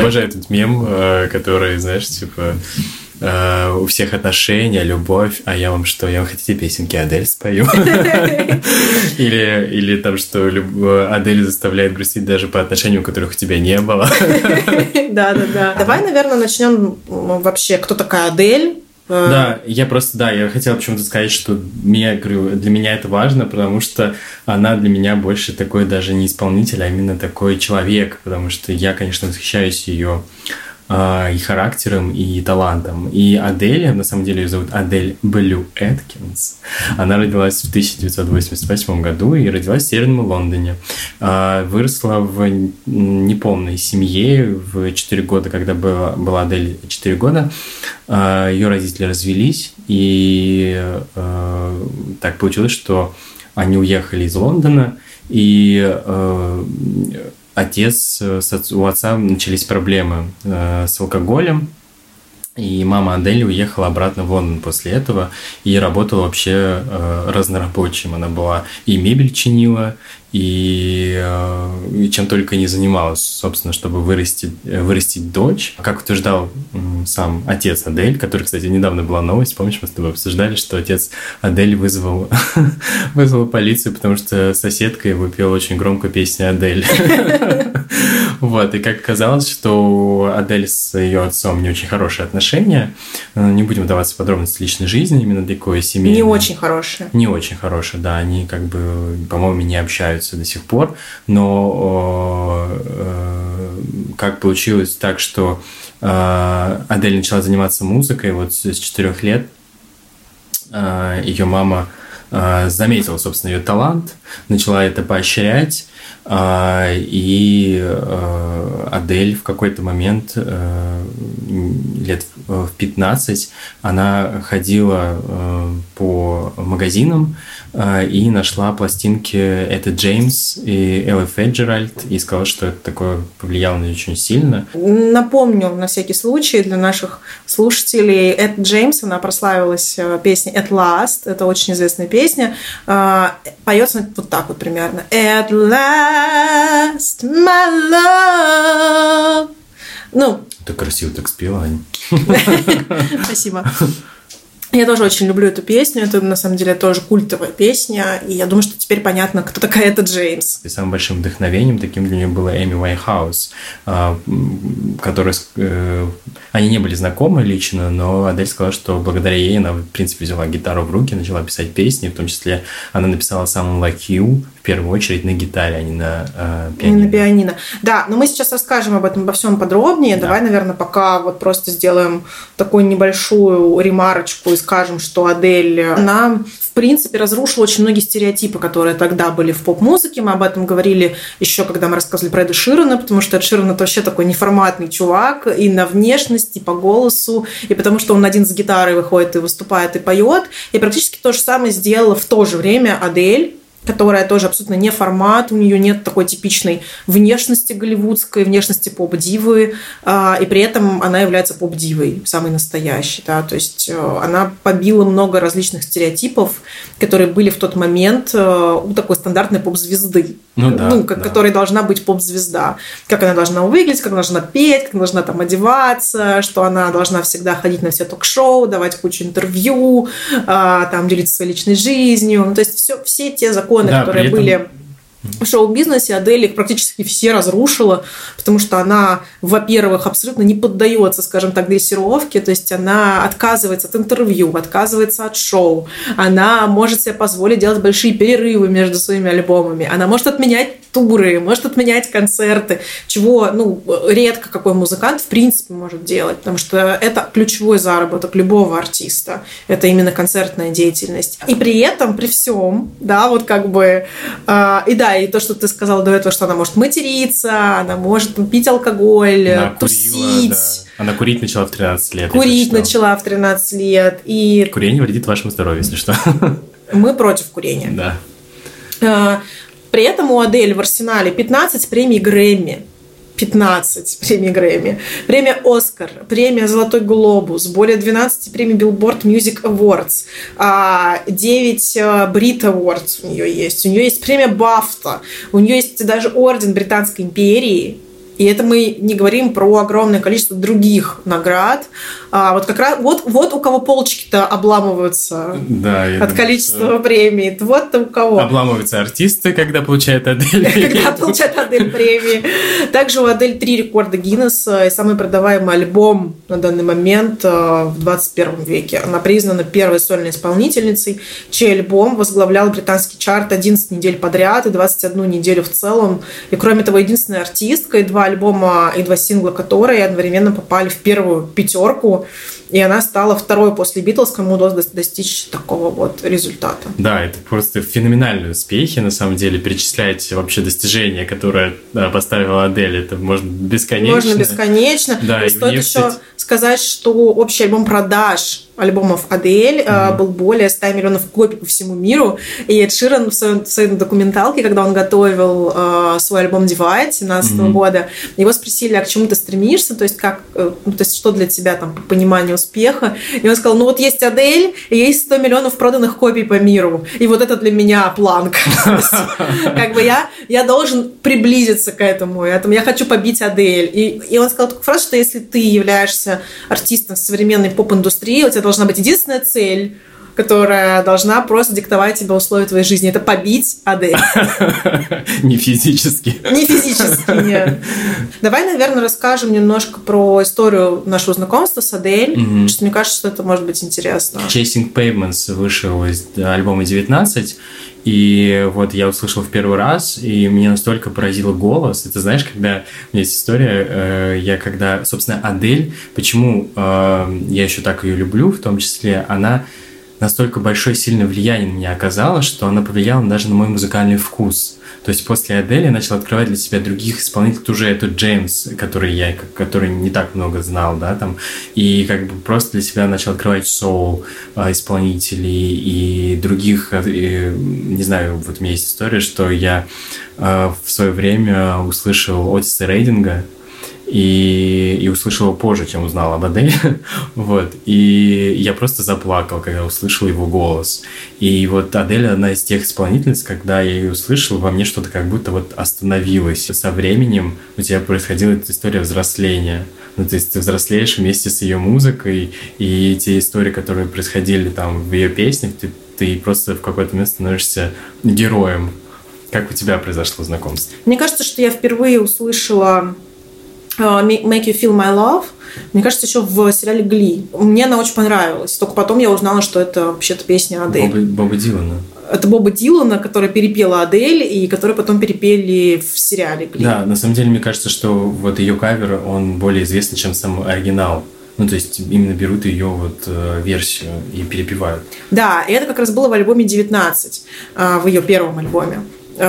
[SPEAKER 1] обожаю этот мем, который, знаешь, типа... Uh, у всех отношения, любовь, а я вам что, я вам хотите песенки Адель спою? или, или там, что Адель заставляет грустить даже по отношениям, которых у тебя не было.
[SPEAKER 2] Да-да-да. Давай, наверное, начнем вообще, кто такая Адель?
[SPEAKER 1] Да, я просто, да, я хотел почему-то сказать, что меня, говорю, для меня это важно, потому что она для меня больше такой даже не исполнитель, а именно такой человек, потому что я, конечно, восхищаюсь ее и характером, и талантом. И Адель, на самом деле ее зовут Адель Блю Эткинс. Она родилась в тысяча девятьсот восемьдесят восьмом году и родилась в Северном Лондоне. Выросла в неполной семье. В четыре года, когда была, была Адель четыре года, ее родители развелись. И так получилось, что они уехали из Лондона, и отец, у отца начались проблемы с алкоголем, и мама Адели уехала обратно в Лондон после этого и работала вообще разнорабочим. Она была и мебель чинила, и, и чем только не занималась, собственно, чтобы вырастить, вырастить дочь. Как утверждал сам отец Адель, который, кстати, недавно была новость, помнишь, мы с тобой обсуждали, что отец Адель вызвал, вызвал полицию, потому что соседка его пела очень громко песню Адель. Вот, и как оказалось, что у Адель с ее отцом не очень хорошие отношения. Не будем вдаваться в подробности личной жизни, именно такой семейной.
[SPEAKER 2] Не очень хорошие.
[SPEAKER 1] Не очень хорошие, да. Они, как бы, по-моему, не общаются до сих пор. Но э, как получилось так, что э, Адель начала заниматься музыкой вот с четырех лет. Э, ее мама э, заметила, собственно, ее талант, начала это поощрять. И Адель в какой-то момент, лет в пятнадцать, она ходила по магазинам и нашла пластинки Этты Джеймс и Эллы Фиджеральд и сказала, что это такое повлияло на нее очень сильно.
[SPEAKER 2] Напомню на всякий случай для наших слушателей, Этта Джеймс, она прославилась песней At Last, это очень известная песня, поется вот так вот примерно. At last, my love. Ну,
[SPEAKER 1] ты красиво так спела, Аня.
[SPEAKER 2] Спасибо. Я тоже очень люблю эту песню. Это, на самом деле, тоже культовая песня. И я думаю, что теперь понятно, кто такая Этта Джеймс.
[SPEAKER 1] И самым большим вдохновением таким для нее была Эми Уайнхаус, которая... Они не были знакомы лично, но Адель сказала, что благодаря ей она, в принципе, взяла гитару в руки, начала писать песни. В том числе она написала «Someone Like You» в первую очередь на гитаре, а не на э, пианино.
[SPEAKER 2] Не на пианино. Да, но мы сейчас расскажем об этом обо всем подробнее. Да. Давай, наверное, пока вот просто сделаем такую небольшую ремарочку и скажем, что Адель, она, в принципе, разрушила очень многие стереотипы, которые тогда были в поп-музыке. Мы об этом говорили еще, когда мы рассказывали про Эда Ширана, потому что Эд Ширан – это вообще такой неформатный чувак и на внешность, и по голосу, и потому что он один с гитарой выходит и выступает, и поет. И практически то же самое сделала в то же время Адель, которая тоже абсолютно не формат, у нее нет такой типичной внешности голливудской, внешности поп-дивы, и при этом она является поп-дивой, самой настоящей. Да? То есть она побила много различных стереотипов, которые были в тот момент у такой стандартной поп-звезды,
[SPEAKER 1] ну, да,
[SPEAKER 2] ну, как,
[SPEAKER 1] да.
[SPEAKER 2] которой должна быть поп-звезда. Как она должна выглядеть, как она должна петь, как она должна там одеваться, что она должна всегда ходить на все ток-шоу, давать кучу интервью, там, делиться своей личной жизнью. Ну, то есть все, все те законы, да, которые этом... были в шоу-бизнесе, Адель их практически все разрушила, потому что она, во-первых, абсолютно не поддается, скажем так, дрессировке, то есть она отказывается от интервью, отказывается от шоу, она может себе позволить делать большие перерывы между своими альбомами, она может отменять туры, может отменять концерты, чего, ну, редко какой музыкант в принципе может делать, потому что это ключевой заработок любого артиста, это именно концертная деятельность. И при этом, при всем, да, вот как бы, э, и да, и то, что ты сказала до этого, что она может материться, она может пить алкоголь, она тусить. Курила, да.
[SPEAKER 1] Она курить начала в тринадцать лет.
[SPEAKER 2] Курить начала в тринадцать лет. И...
[SPEAKER 1] Курение вредит вашему здоровью, если что.
[SPEAKER 2] Мы против курения.
[SPEAKER 1] Да.
[SPEAKER 2] При этом у Адель в арсенале пятнадцать премий Грэмми. пятнадцать премий Грэмми. Премия «Оскар», премия «Золотой глобус», более двенадцать премий Billboard Music Awards, девять Brit Awards у нее есть, у нее есть премия «Бафта», у нее есть даже орден Британской империи, И это мы не говорим про огромное количество других наград. А вот как раз вот, вот у кого полочки-то обламываются
[SPEAKER 1] да,
[SPEAKER 2] от
[SPEAKER 1] думаю,
[SPEAKER 2] количества
[SPEAKER 1] что...
[SPEAKER 2] премий. Вот у кого.
[SPEAKER 1] Обламываются артисты, когда получают Адель.
[SPEAKER 2] Когда получают Адель премии. Также у Адель три рекорда Гиннесса и самый продаваемый альбом на данный момент в двадцать первом веке. Она признана первой сольной исполнительницей, чей альбом возглавлял британский чарт одиннадцать недель подряд и двадцать одну неделю в целом. И кроме того, единственная артистка и два альбома и два сингла, которые одновременно попали в первую пятерку, и она стала второй после Битлз, кому удалось достичь такого вот результата.
[SPEAKER 1] Да, это просто феноменальные успехи, на самом деле, перечислять вообще достижения, которые да, поставила Адель, это можно бесконечно.
[SPEAKER 2] Можно бесконечно.
[SPEAKER 1] Да,
[SPEAKER 2] и, и стоит еще кстати... сказать, что общий альбом продаж альбомов Адель mm-hmm. был более ста миллионов копий по всему миру. И Эд Ширан в своей, в своей документалке, когда он готовил э, свой альбом Divide две тысячи семнадцатого mm-hmm. года, его спросили, а к чему ты стремишься, то есть, как, э, то есть что для тебя там по пониманию успеха. И он сказал, ну вот есть Адель, и есть сто миллионов проданных копий по миру. И вот это для меня планка. Как бы я должен приблизиться к этому. Я хочу побить Адель. И он сказал такую фразу, что если ты являешься артистом современной поп-индустрии, у тебя должна быть единственная цель, которая должна просто диктовать тебе условия твоей жизни. Это побить Адель.
[SPEAKER 1] Не физически.
[SPEAKER 2] Не физически, нет. Давай, наверное, расскажем немножко про историю нашего знакомства с Адель, mm-hmm. потому что мне кажется, что это может быть интересно.
[SPEAKER 1] Chasing Pavements вышел из альбома девятнадцать, и вот я услышал в первый раз, и меня настолько поразил голос. Это знаешь, когда у меня есть история, я когда, собственно, Адель, почему я еще так ее люблю, в том числе, она настолько большое сильное влияние на меня оказала, что она повлияла даже на мой музыкальный вкус. То есть после Адели я начал открывать для себя других исполнителей, уже этот Джеймс, который я, который не так много знал, да, там, и как бы просто для себя начал открывать соул исполнителей и других, и, не знаю, вот у меня есть история, что я в свое время услышал Отиса Рейдинга, И, и услышал его позже, чем узнал об Адель. Вот. И я просто заплакал, когда услышал его голос. И вот Адель одна из тех исполнительниц, когда я ее услышал, во мне что-то как будто вот остановилось. Со временем у тебя происходила эта история взросления. Ну, то есть ты взрослеешь вместе с ее музыкой, и те истории, которые происходили там в ее песнях, ты, ты просто в какой-то момент становишься героем. Как у тебя произошло знакомство?
[SPEAKER 2] Мне кажется, что я впервые услышала Make You Feel My Love, мне кажется, еще в сериале «Гли». Мне она очень понравилась. Только потом я узнала, что это вообще-то песня Адель.
[SPEAKER 1] Боба, Боба Дилана.
[SPEAKER 2] Это Боба Дилана, которая перепела Адель, и которую потом перепели в сериале «Гли».
[SPEAKER 1] Да, на самом деле, мне кажется, что вот ее кавер, он более известный, чем сам оригинал. Ну, то есть именно берут ее вот э, версию и перепевают.
[SPEAKER 2] Да, и это как раз было в альбоме девятнадцать, э, в ее первом альбоме.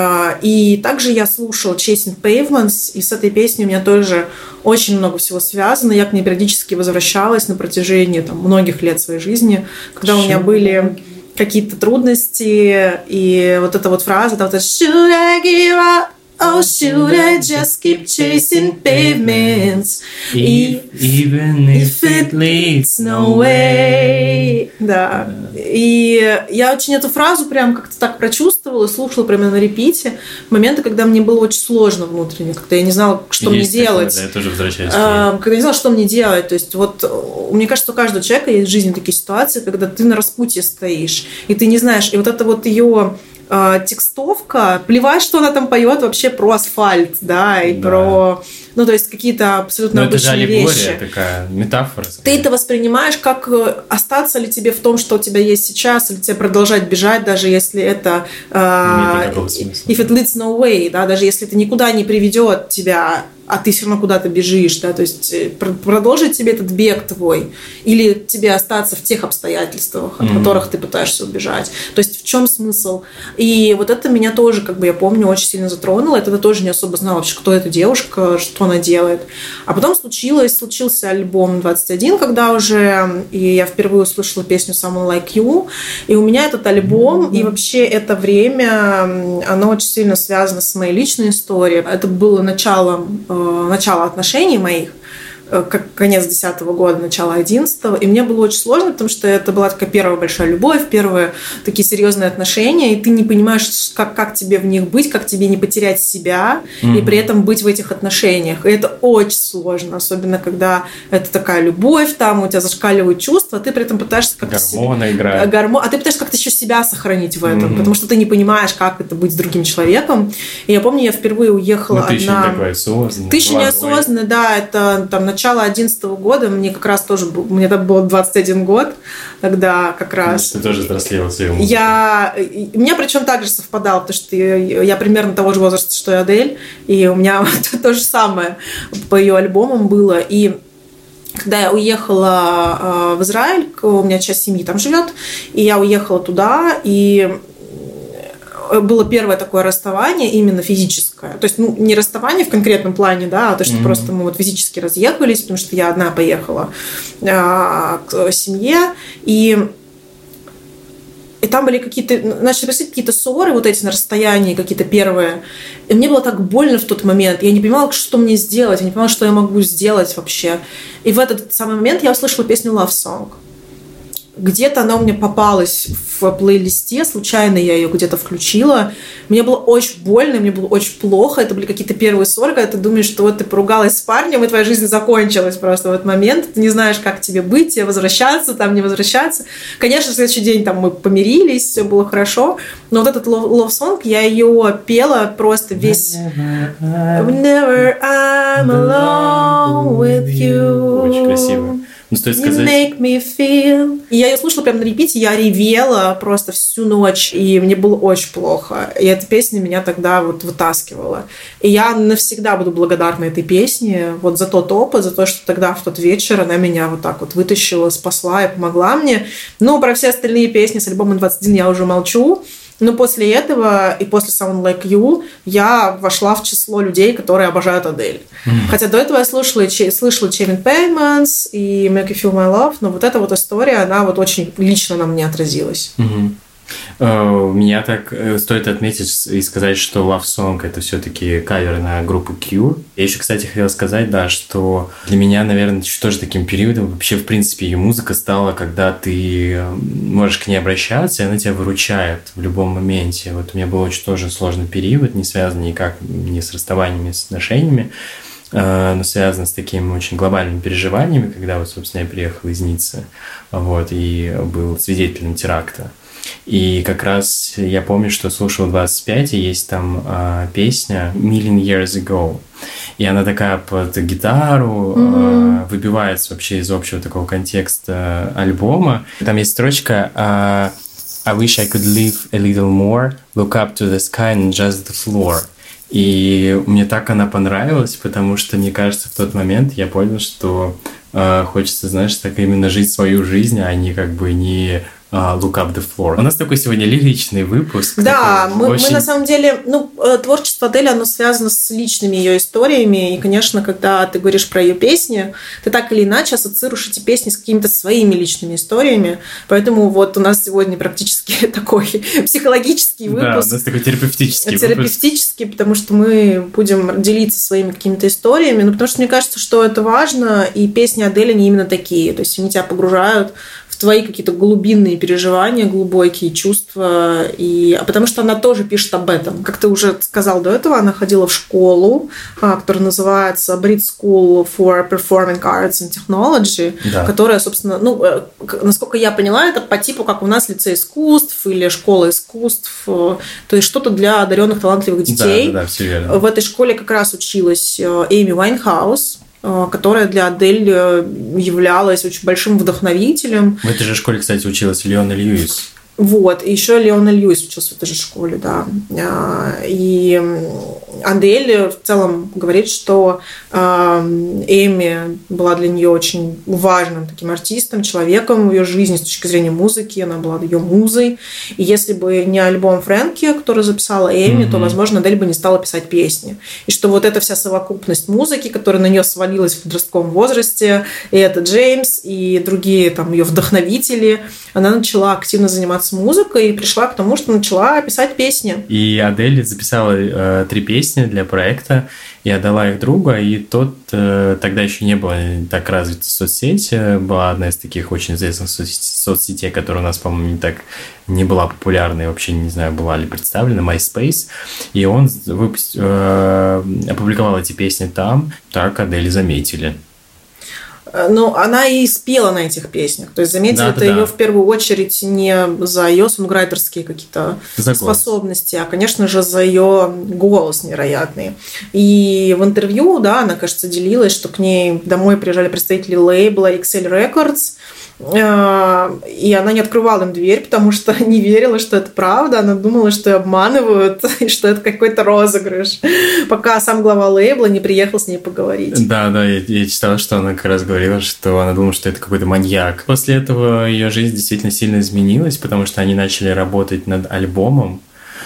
[SPEAKER 2] И также я слушала Chasing Pavements, и с этой песней у меня тоже очень много всего связано. Я к ней периодически возвращалась на протяжении там, многих лет своей жизни, когда у меня были какие-то трудности, и вот эта вот фраза, там вот это «Should I give up? Oh, should I just keep chasing pavements?
[SPEAKER 1] If, even if it leads no way».
[SPEAKER 2] Да. И я очень эту фразу прям как-то так прочувствовала, слушала прямо на репите. Моменты, когда мне было очень сложно внутренне, когда я не знала, что
[SPEAKER 1] есть
[SPEAKER 2] мне делать.
[SPEAKER 1] Такое, да, я тоже возвращаюсь.
[SPEAKER 2] А, когда я не знала, что мне делать. То есть вот мне кажется, у каждого человека есть в жизни такие ситуации, когда ты на распутье стоишь, и ты не знаешь. И вот это вот ее текстовка, плевать, что она там поет вообще про асфальт, да, и да. про, ну, то есть какие-то абсолютно
[SPEAKER 1] Но
[SPEAKER 2] обычные вещи.
[SPEAKER 1] Это же аллегория такая, метафора.
[SPEAKER 2] Ты это воспринимаешь как остаться ли тебе в том, что у тебя есть сейчас, или тебе продолжать бежать, даже если это uh, if it leads no way, да, даже если это никуда не приведет тебя, а ты все равно куда-то бежишь, да, то есть продолжить тебе этот бег твой, или тебе остаться в тех обстоятельствах, от mm-hmm. которых ты пытаешься убежать. То есть в чем смысл? И вот это меня тоже, как бы я помню, очень сильно затронуло. Я тогда тоже не особо знала вообще, кто эта девушка, что она делает. А потом случилось, случился альбом двадцать один, когда уже и я впервые услышала песню Someone Like You. И у меня этот альбом mm-hmm. и вообще это время, оно очень сильно связано с моей личной историей. Это было началом начало отношений моих. как конец десятого года, начало одиннадцатого, и мне было очень сложно, потому что это была такая первая большая любовь, первые такие серьезные отношения, и ты не понимаешь, как, как тебе в них быть, как тебе не потерять себя, mm-hmm. и при этом быть в этих отношениях. И это очень сложно, особенно когда это такая любовь, там у тебя зашкаливают чувства, а ты при этом пытаешься как-то...
[SPEAKER 1] Гормоны себя... играют.
[SPEAKER 2] Гормон... А ты пытаешься как-то еще себя сохранить в этом, mm-hmm. потому что ты не понимаешь, как это быть с другим человеком. И я помню, я впервые уехала
[SPEAKER 1] одна... Ну, ты
[SPEAKER 2] одна...
[SPEAKER 1] еще не такой осознанный.
[SPEAKER 2] Ты еще не осознанный, да, это там начало одиннадцатого года, мне как раз тоже был... Мне тогда было двадцать один год, тогда как раз...
[SPEAKER 1] Ты тоже взрослела в своем музыке.
[SPEAKER 2] Я... У меня причем также совпадало, потому что я, я примерно того же возраста, что и Адель, и у меня то же самое по ее альбомам было. И когда я уехала в Израиль, у меня часть семьи там живет, и я уехала туда, и было первое такое расставание, именно физическое. То есть, ну, не расставание в конкретном плане, да, а то, что mm-hmm. просто мы вот физически разъехались, потому что я одна поехала а, к семье, и И там были какие-то, начали происходить какие-то ссоры, вот эти на расстоянии, какие-то первые. И мне было так больно в тот момент. Я не понимала, что мне сделать, я не понимала, что я могу сделать вообще. И в этот самый момент я услышала песню Love Song. Где-то она у меня попалась в плейлисте, случайно я ее где-то включила. Мне было очень больно, мне было очень плохо. Это были какие-то первые ссоры, когда ты думаешь, что вот ты поругалась с парнем, и твоя жизнь закончилась просто в этот момент. Ты не знаешь, как тебе быть, тебе возвращаться, там не возвращаться. Конечно, в следующий день там мы помирились, все было хорошо. Но вот этот Love Song, я ее пела просто весь... Whenever I'm alone with you.
[SPEAKER 1] Очень красиво. Ну, стоит сказать...
[SPEAKER 2] You make me feel. И я ее слушала прямо на репите, я ревела просто всю ночь, и мне было очень плохо. И эта песня меня тогда вот вытаскивала. И я навсегда буду благодарна этой песне вот за тот опыт, за то, что тогда в тот вечер она меня вот так вот вытащила, спасла и помогла мне. Ну, про все остальные песни с альбома двадцать один я уже молчу. Но после этого и после Sound Like You я вошла в число людей, которые обожают Адель. Mm-hmm. Хотя до этого я слушала, слышала Chaining Payments и Make You Feel My Love, но вот эта вот история, она вот очень лично на мне отразилась.
[SPEAKER 1] Mm-hmm. Uh, меня так uh, стоит отметить и сказать, что Love Song — это все-таки кавер на группу Cure. Я еще, кстати, хотел сказать, да, что для меня, наверное, тоже таким периодом вообще, в принципе, ее музыка стала, когда ты можешь к ней обращаться, и она тебя выручает в любом моменте. Вот у меня был очень тоже сложный период, не связанный никак ни с расставаниями, ни с отношениями, uh, но связан с такими очень глобальными переживаниями, когда вот, собственно, я приехал из Ниццы, вот, и был свидетелем теракта. И как раз я помню, что слушал двадцать пять, и есть там э, песня «Million Years Ago». И она такая под гитару, mm-hmm. э, выбивается вообще из общего такого контекста альбома. Там есть строчка э, «I wish I could live a little more, look up to the sky and just the floor». И мне так она понравилась, потому что, мне кажется, в тот момент я понял, что э, хочется, знаешь, так именно жить свою жизнь, а не как бы не... Look Up the Floor. У нас такой сегодня лиричный выпуск.
[SPEAKER 2] Да, мы,
[SPEAKER 1] очень...
[SPEAKER 2] мы на самом деле, ну, творчество Адели, оно связано с личными ее историями, и, конечно, когда ты говоришь про ее песни, ты так или иначе ассоциируешь эти песни с какими-то своими личными историями, поэтому вот у нас сегодня практически такой психологический выпуск.
[SPEAKER 1] Да, у нас такой терапевтический
[SPEAKER 2] Терапевтический, выпуск. Потому что мы будем делиться своими какими-то историями, ну, потому что мне кажется, что это важно, и песни Адели, они именно такие, то есть они тебя погружают в твои какие-то глубинные переживания, глубокие чувства, и... а потому что она тоже пишет об этом. Как ты уже сказал до этого, она ходила в школу, которая называется Brit School for Performing Arts and Technology, да. Которая, собственно, ну, насколько я поняла, это по типу, как у нас лицей искусств или школа искусств, то есть что-то для одаренных талантливых детей.
[SPEAKER 1] Да, да, да, все верно.
[SPEAKER 2] В этой школе как раз училась Эйми Уайнхаус, которая для Адель являлась очень большим вдохновителем.
[SPEAKER 1] В этой же школе, кстати, училась Леона Льюис.
[SPEAKER 2] Вот, и еще Леона Льюис учился в этой же школе, да. И Адель в целом говорит, что Эми была для нее очень важным таким артистом, человеком в ее жизни с точки зрения музыки, она была ее музой. И если бы не альбом Фрэнки, который записала Эми, mm-hmm. то, возможно, Адель бы не стала писать песни. И что вот эта вся совокупность музыки, которая на нее свалилась в подростковом возрасте, и это Джеймс, и другие там ее вдохновители, она начала активно заниматься музыкой и пришла к тому, что начала писать песни.
[SPEAKER 1] И Адель записала э, три песни для проекта, и отдала их другу, и тот, э, тогда еще не было так развита соцсеть, была одна из таких очень известных соцсетей, которая у нас, по-моему, не так не была популярна, и вообще не знаю, была ли представлена, MySpace, и он выпуск... э, опубликовал эти песни там, так Адель заметили.
[SPEAKER 2] Ну, она и спела на этих песнях. То есть, заметили, да, это да. ее в первую очередь не за ее сонграйтерские какие-то за способности, голос. А, конечно же, за ее голос невероятный. И в интервью, да, она, кажется, делилась, что к ней домой приезжали представители лейбла икс эль Records, и она не открывала им дверь, потому что не верила, что это правда. Она думала, что ее обманывают, и что это какой-то розыгрыш, пока сам глава лейбла не приехал с ней поговорить.
[SPEAKER 1] Да, да, я, я читала, что она как раз говорила, что она думала, что это какой-то маньяк. После этого ее жизнь действительно сильно изменилась, потому что они начали работать над альбомом.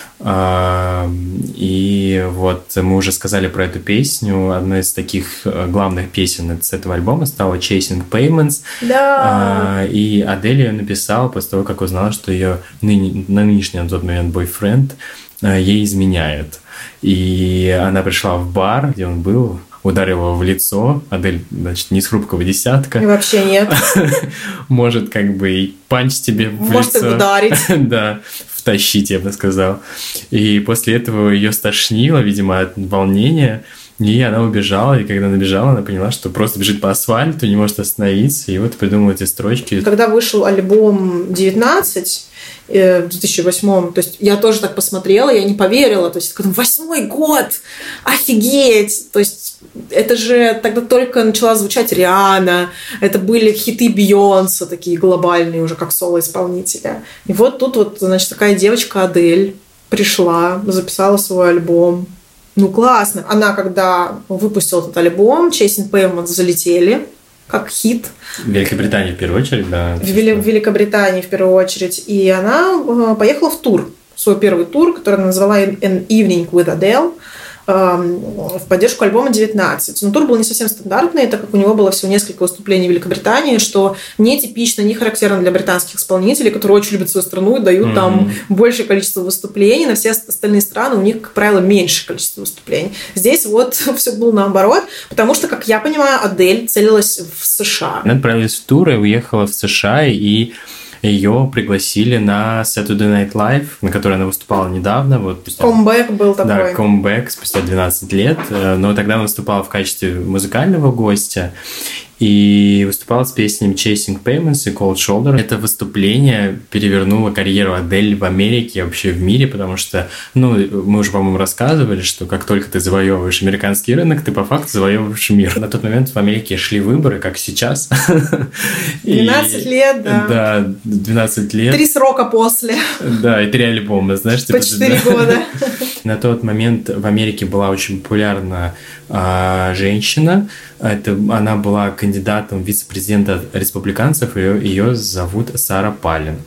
[SPEAKER 1] И вот мы уже сказали про эту песню. Одной из таких главных песен с этого альбома стала Chasing Payments.
[SPEAKER 2] Да.
[SPEAKER 1] И Адель ее написала после того, как узнала, что ее ныне, нынешний на тот момент бойфренд ей изменяет. И она пришла в бар, где он был, ударил его в лицо. Адель, значит, не с хрупкого десятка.
[SPEAKER 2] И вообще нет.
[SPEAKER 1] Может, как бы и панч тебе в
[SPEAKER 2] Может,
[SPEAKER 1] лицо.
[SPEAKER 2] Может, и ударить.
[SPEAKER 1] Да, втащить, я бы сказал. И после этого ее стошнило, видимо, от волнения. И она убежала, и когда она бежала, она поняла, что просто бежит по асфальту, не может остановиться, и вот придумала эти строчки.
[SPEAKER 2] Когда вышел альбом девятнадцать в две тысячи восьмом, то есть я тоже так посмотрела, я не поверила, то есть восьмой год, офигеть, то есть это же тогда только начала звучать Риhanna, это были хиты Бейонсе, такие глобальные уже, как соло-исполнителя. И вот тут вот, значит, такая девочка Адель пришла, записала свой альбом. Ну, классно. Она, когда выпустила этот альбом, Chasing Payments залетели, как хит.
[SPEAKER 1] В Великобритании в первую очередь, да.
[SPEAKER 2] В Вели- Великобритании в первую очередь. И она поехала в тур, свой первый тур, который она назвала An Evening with Adele, в поддержку альбома девятнадцать. Но тур был не совсем стандартный, так как у него было всего несколько выступлений в Великобритании, что не типично, не характерно для британских исполнителей, которые очень любят свою страну и дают mm-hmm. там большее количество выступлений. На все остальные страны у них, как правило, меньшее количество выступлений. Здесь вот все было наоборот, потому что, как я понимаю, Адель целилась в США.
[SPEAKER 1] Она отправилась в тур и уехала в США, и ее пригласили на Saturday Night Live, на которой она выступала недавно. Вот,
[SPEAKER 2] комбэк был такой.
[SPEAKER 1] Да, комбэк спустя двенадцать лет. Но тогда она выступала в качестве музыкального гостя и выступала с песнями Chasing Payments и Cold Shoulder. Это выступление перевернуло карьеру Адель в Америке и вообще в мире, потому что, ну, мы уже, по-моему, рассказывали, что как только ты завоевываешь американский рынок, ты по факту завоевываешь мир. На тот момент в Америке шли выборы, как сейчас.
[SPEAKER 2] двенадцать лет, да.
[SPEAKER 1] Да, двенадцать лет.
[SPEAKER 2] Три срока после.
[SPEAKER 1] Да, и три альбома, знаешь.
[SPEAKER 2] По четыре года.
[SPEAKER 1] На тот момент в Америке была очень популярна а, женщина. Это, она была кандидатом в вице-президента республиканцев. Ее, ее зовут Сара Палин.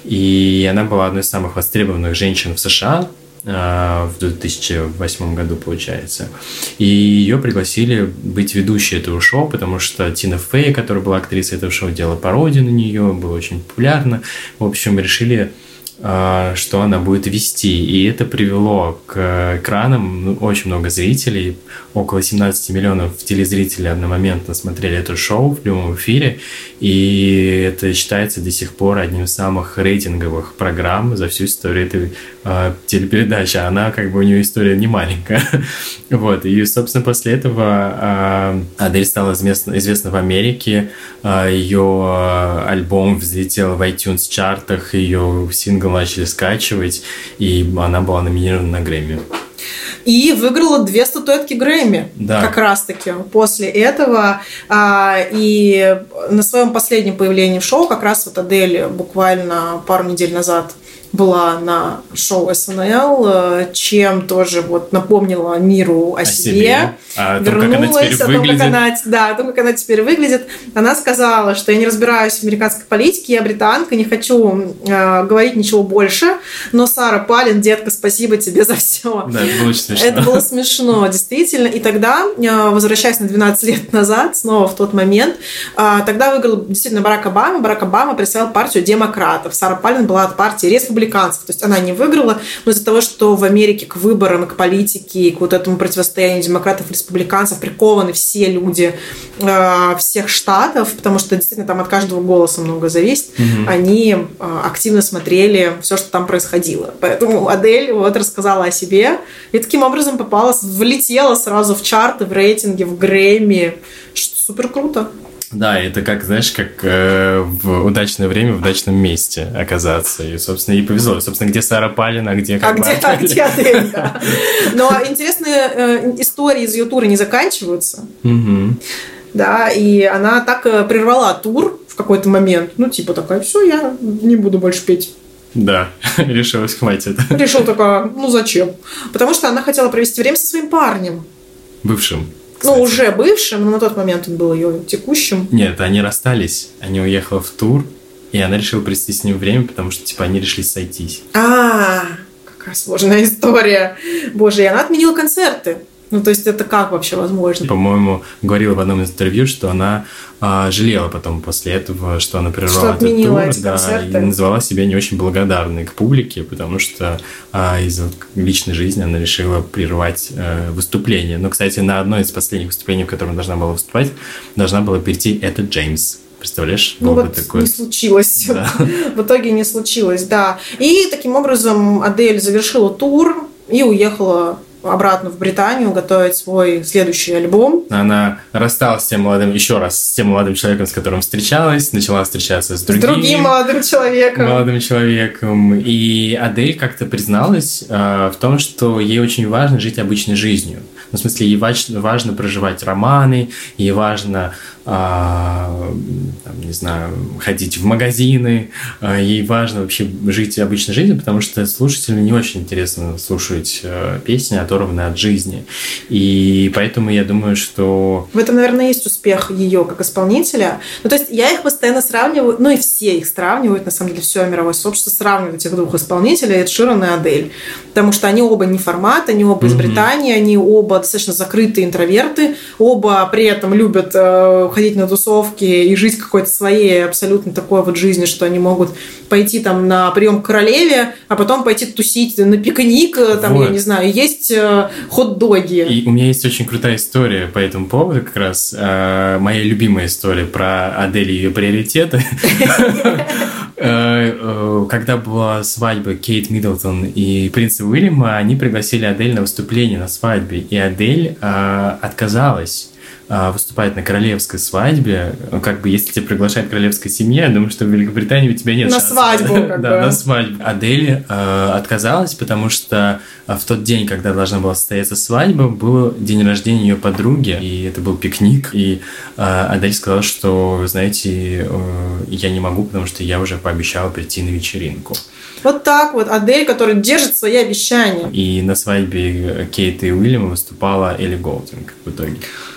[SPEAKER 1] И она была одной из самых востребованных женщин в США а, в две тысячи восьмом году, получается. И ее пригласили быть ведущей этого шоу, потому что Тина Фей, которая была актрисой этого шоу, делала пародию на нее, было очень популярно. В общем, решили, что она будет вести. И это привело к экранам ну, очень много зрителей. Около семнадцать миллионов телезрителей одномоментно смотрели это шоу в прямом эфире. И это считается до сих пор одним из самых рейтинговых программ за всю историю этой э, телепередачи. Она, как бы, у нее история не маленькая. Вот. И, собственно, после этого э, Адель стала известна, известна в Америке. Э, ее альбом взлетел в iTunes чартах, ее сингл начали скачивать, и она была номинирована на Грэмми.
[SPEAKER 2] И выиграла две статуэтки Грэмми,
[SPEAKER 1] да.
[SPEAKER 2] Как раз-таки после этого. И на своем последнем появлении в шоу как раз вот Адель буквально пару недель назад была на шоу эс эн эл, чем тоже вот напомнила миру о, о себе, себе.
[SPEAKER 1] А
[SPEAKER 2] вернулась
[SPEAKER 1] о том, как она
[SPEAKER 2] теперь выглядит. Да, о том, как она теперь выглядит. Она сказала, что я не разбираюсь в американской политике, я британка, не хочу э, говорить ничего больше, но Сара Палин, детка, спасибо тебе за все.
[SPEAKER 1] Да, это было очень смешно.
[SPEAKER 2] Это было смешно, действительно. И тогда, возвращаясь на двенадцать лет назад, снова в тот момент, э, тогда выиграл действительно Барак Обама. Барак Обама представлял партию демократов. Сара Палин была от партии республиканцев. республиканцев. То есть она не выиграла, но из-за того, что в Америке к выборам, к политике, к вот этому противостоянию демократов и республиканцев прикованы все люди э, всех штатов, потому что действительно там от каждого голоса много зависит, mm-hmm. они э, активно смотрели все, что там происходило. Поэтому Адель вот рассказала о себе и таким образом попала, влетела сразу в чарты, в рейтинги, в Грэмми. Что супер круто.
[SPEAKER 1] Да, это как, знаешь, как э, в удачное время в удачном месте оказаться. И, собственно, ей повезло. И, собственно, где Сара Палина, где...
[SPEAKER 2] А где, а где Адель, да. Но интересные э, истории из ее тура не заканчиваются.
[SPEAKER 1] Угу.
[SPEAKER 2] Да, и она так прервала тур в какой-то момент. Ну, типа такая, все, я не буду больше петь.
[SPEAKER 1] Да, решилась, хватит.
[SPEAKER 2] Решила такая, ну зачем? Потому что она хотела провести время со своим парнем.
[SPEAKER 1] Бывшим.
[SPEAKER 2] Кстати. Ну, уже бывшим, но на тот момент он был ее текущим.
[SPEAKER 1] Нет, они расстались. Они уехали в тур, и она решила провести с ним время, потому что, типа, они решили сойтись.
[SPEAKER 2] А, какая сложная история. Боже, и она отменила концерты. Ну, то есть, это как вообще возможно?
[SPEAKER 1] По-моему, говорила в одном из интервью, что она а, жалела потом после этого, что она прервала этот тур,
[SPEAKER 2] эти
[SPEAKER 1] да,
[SPEAKER 2] концерты.
[SPEAKER 1] И назвала себя не очень благодарной к публике, потому что а, из-за личной жизни она решила прервать а, выступление. Но, кстати, на одно из последних выступлений, в котором она должна была выступать, должна была прийти Эта Джеймс. Представляешь?
[SPEAKER 2] Ну вот такое... не случилось. Да. В итоге не случилось, да. И таким образом Адель завершила тур и уехала обратно в Британию готовить свой следующий альбом.
[SPEAKER 1] Она рассталась с тем молодым, еще раз, с тем молодым человеком, с которым встречалась, начала встречаться с другим,
[SPEAKER 2] с другим молодым человеком.
[SPEAKER 1] молодым человеком. И Адель как-то призналась э, в том, что ей очень важно жить обычной жизнью. Ну, в смысле, ей важно, важно проживать романы, ей важно, э, там, не знаю, ходить в магазины, э, ей важно вообще жить обычной жизнью, потому что слушателям не очень интересно слушать э, песни, оторванные от жизни. И поэтому я думаю, что...
[SPEAKER 2] В этом, наверное, есть успех ее как исполнителя. Ну, то есть я их постоянно сравниваю, ну и все их сравнивают, на самом деле, все мировое сообщество сравнивает этих двух исполнителей, Эд Ширан и Адель. Потому что они оба не формат, они оба mm-hmm. из Британии, они оба достаточно закрытые интроверты, оба при этом любят э, ходить на тусовки и жить какой-то своей абсолютно такой вот жизнью, что они могут пойти там на прием к королеве, а потом пойти тусить на пикник, там, вот. Я не знаю, есть хот-доги.
[SPEAKER 1] И у меня есть очень крутая история по этому поводу, как раз э, моя любимая история про Адель и ее приоритеты. Когда была свадьба Кейт Миддлтон и принца Уильяма, они пригласили Адель на выступление на свадьбе, и Адель отказалась выступать на королевской свадьбе. Как бы, если тебя приглашает королевская семья, я думаю, что в Великобритании у тебя нет
[SPEAKER 2] на
[SPEAKER 1] шансов.
[SPEAKER 2] Свадьбу, как
[SPEAKER 1] да,
[SPEAKER 2] бы.
[SPEAKER 1] на свадьбу. Адель э, отказалась, потому что в тот день, когда должна была состояться свадьба, был день рождения ее подруги, и это был пикник. И э, Адель сказала, что, знаете, э, я не могу, потому что я уже пообещала прийти на вечеринку.
[SPEAKER 2] Вот так вот. Адель, которая держит свои обещания.
[SPEAKER 1] И на свадьбе Кейта и Уильяма выступала Элли Голдинг в итоге.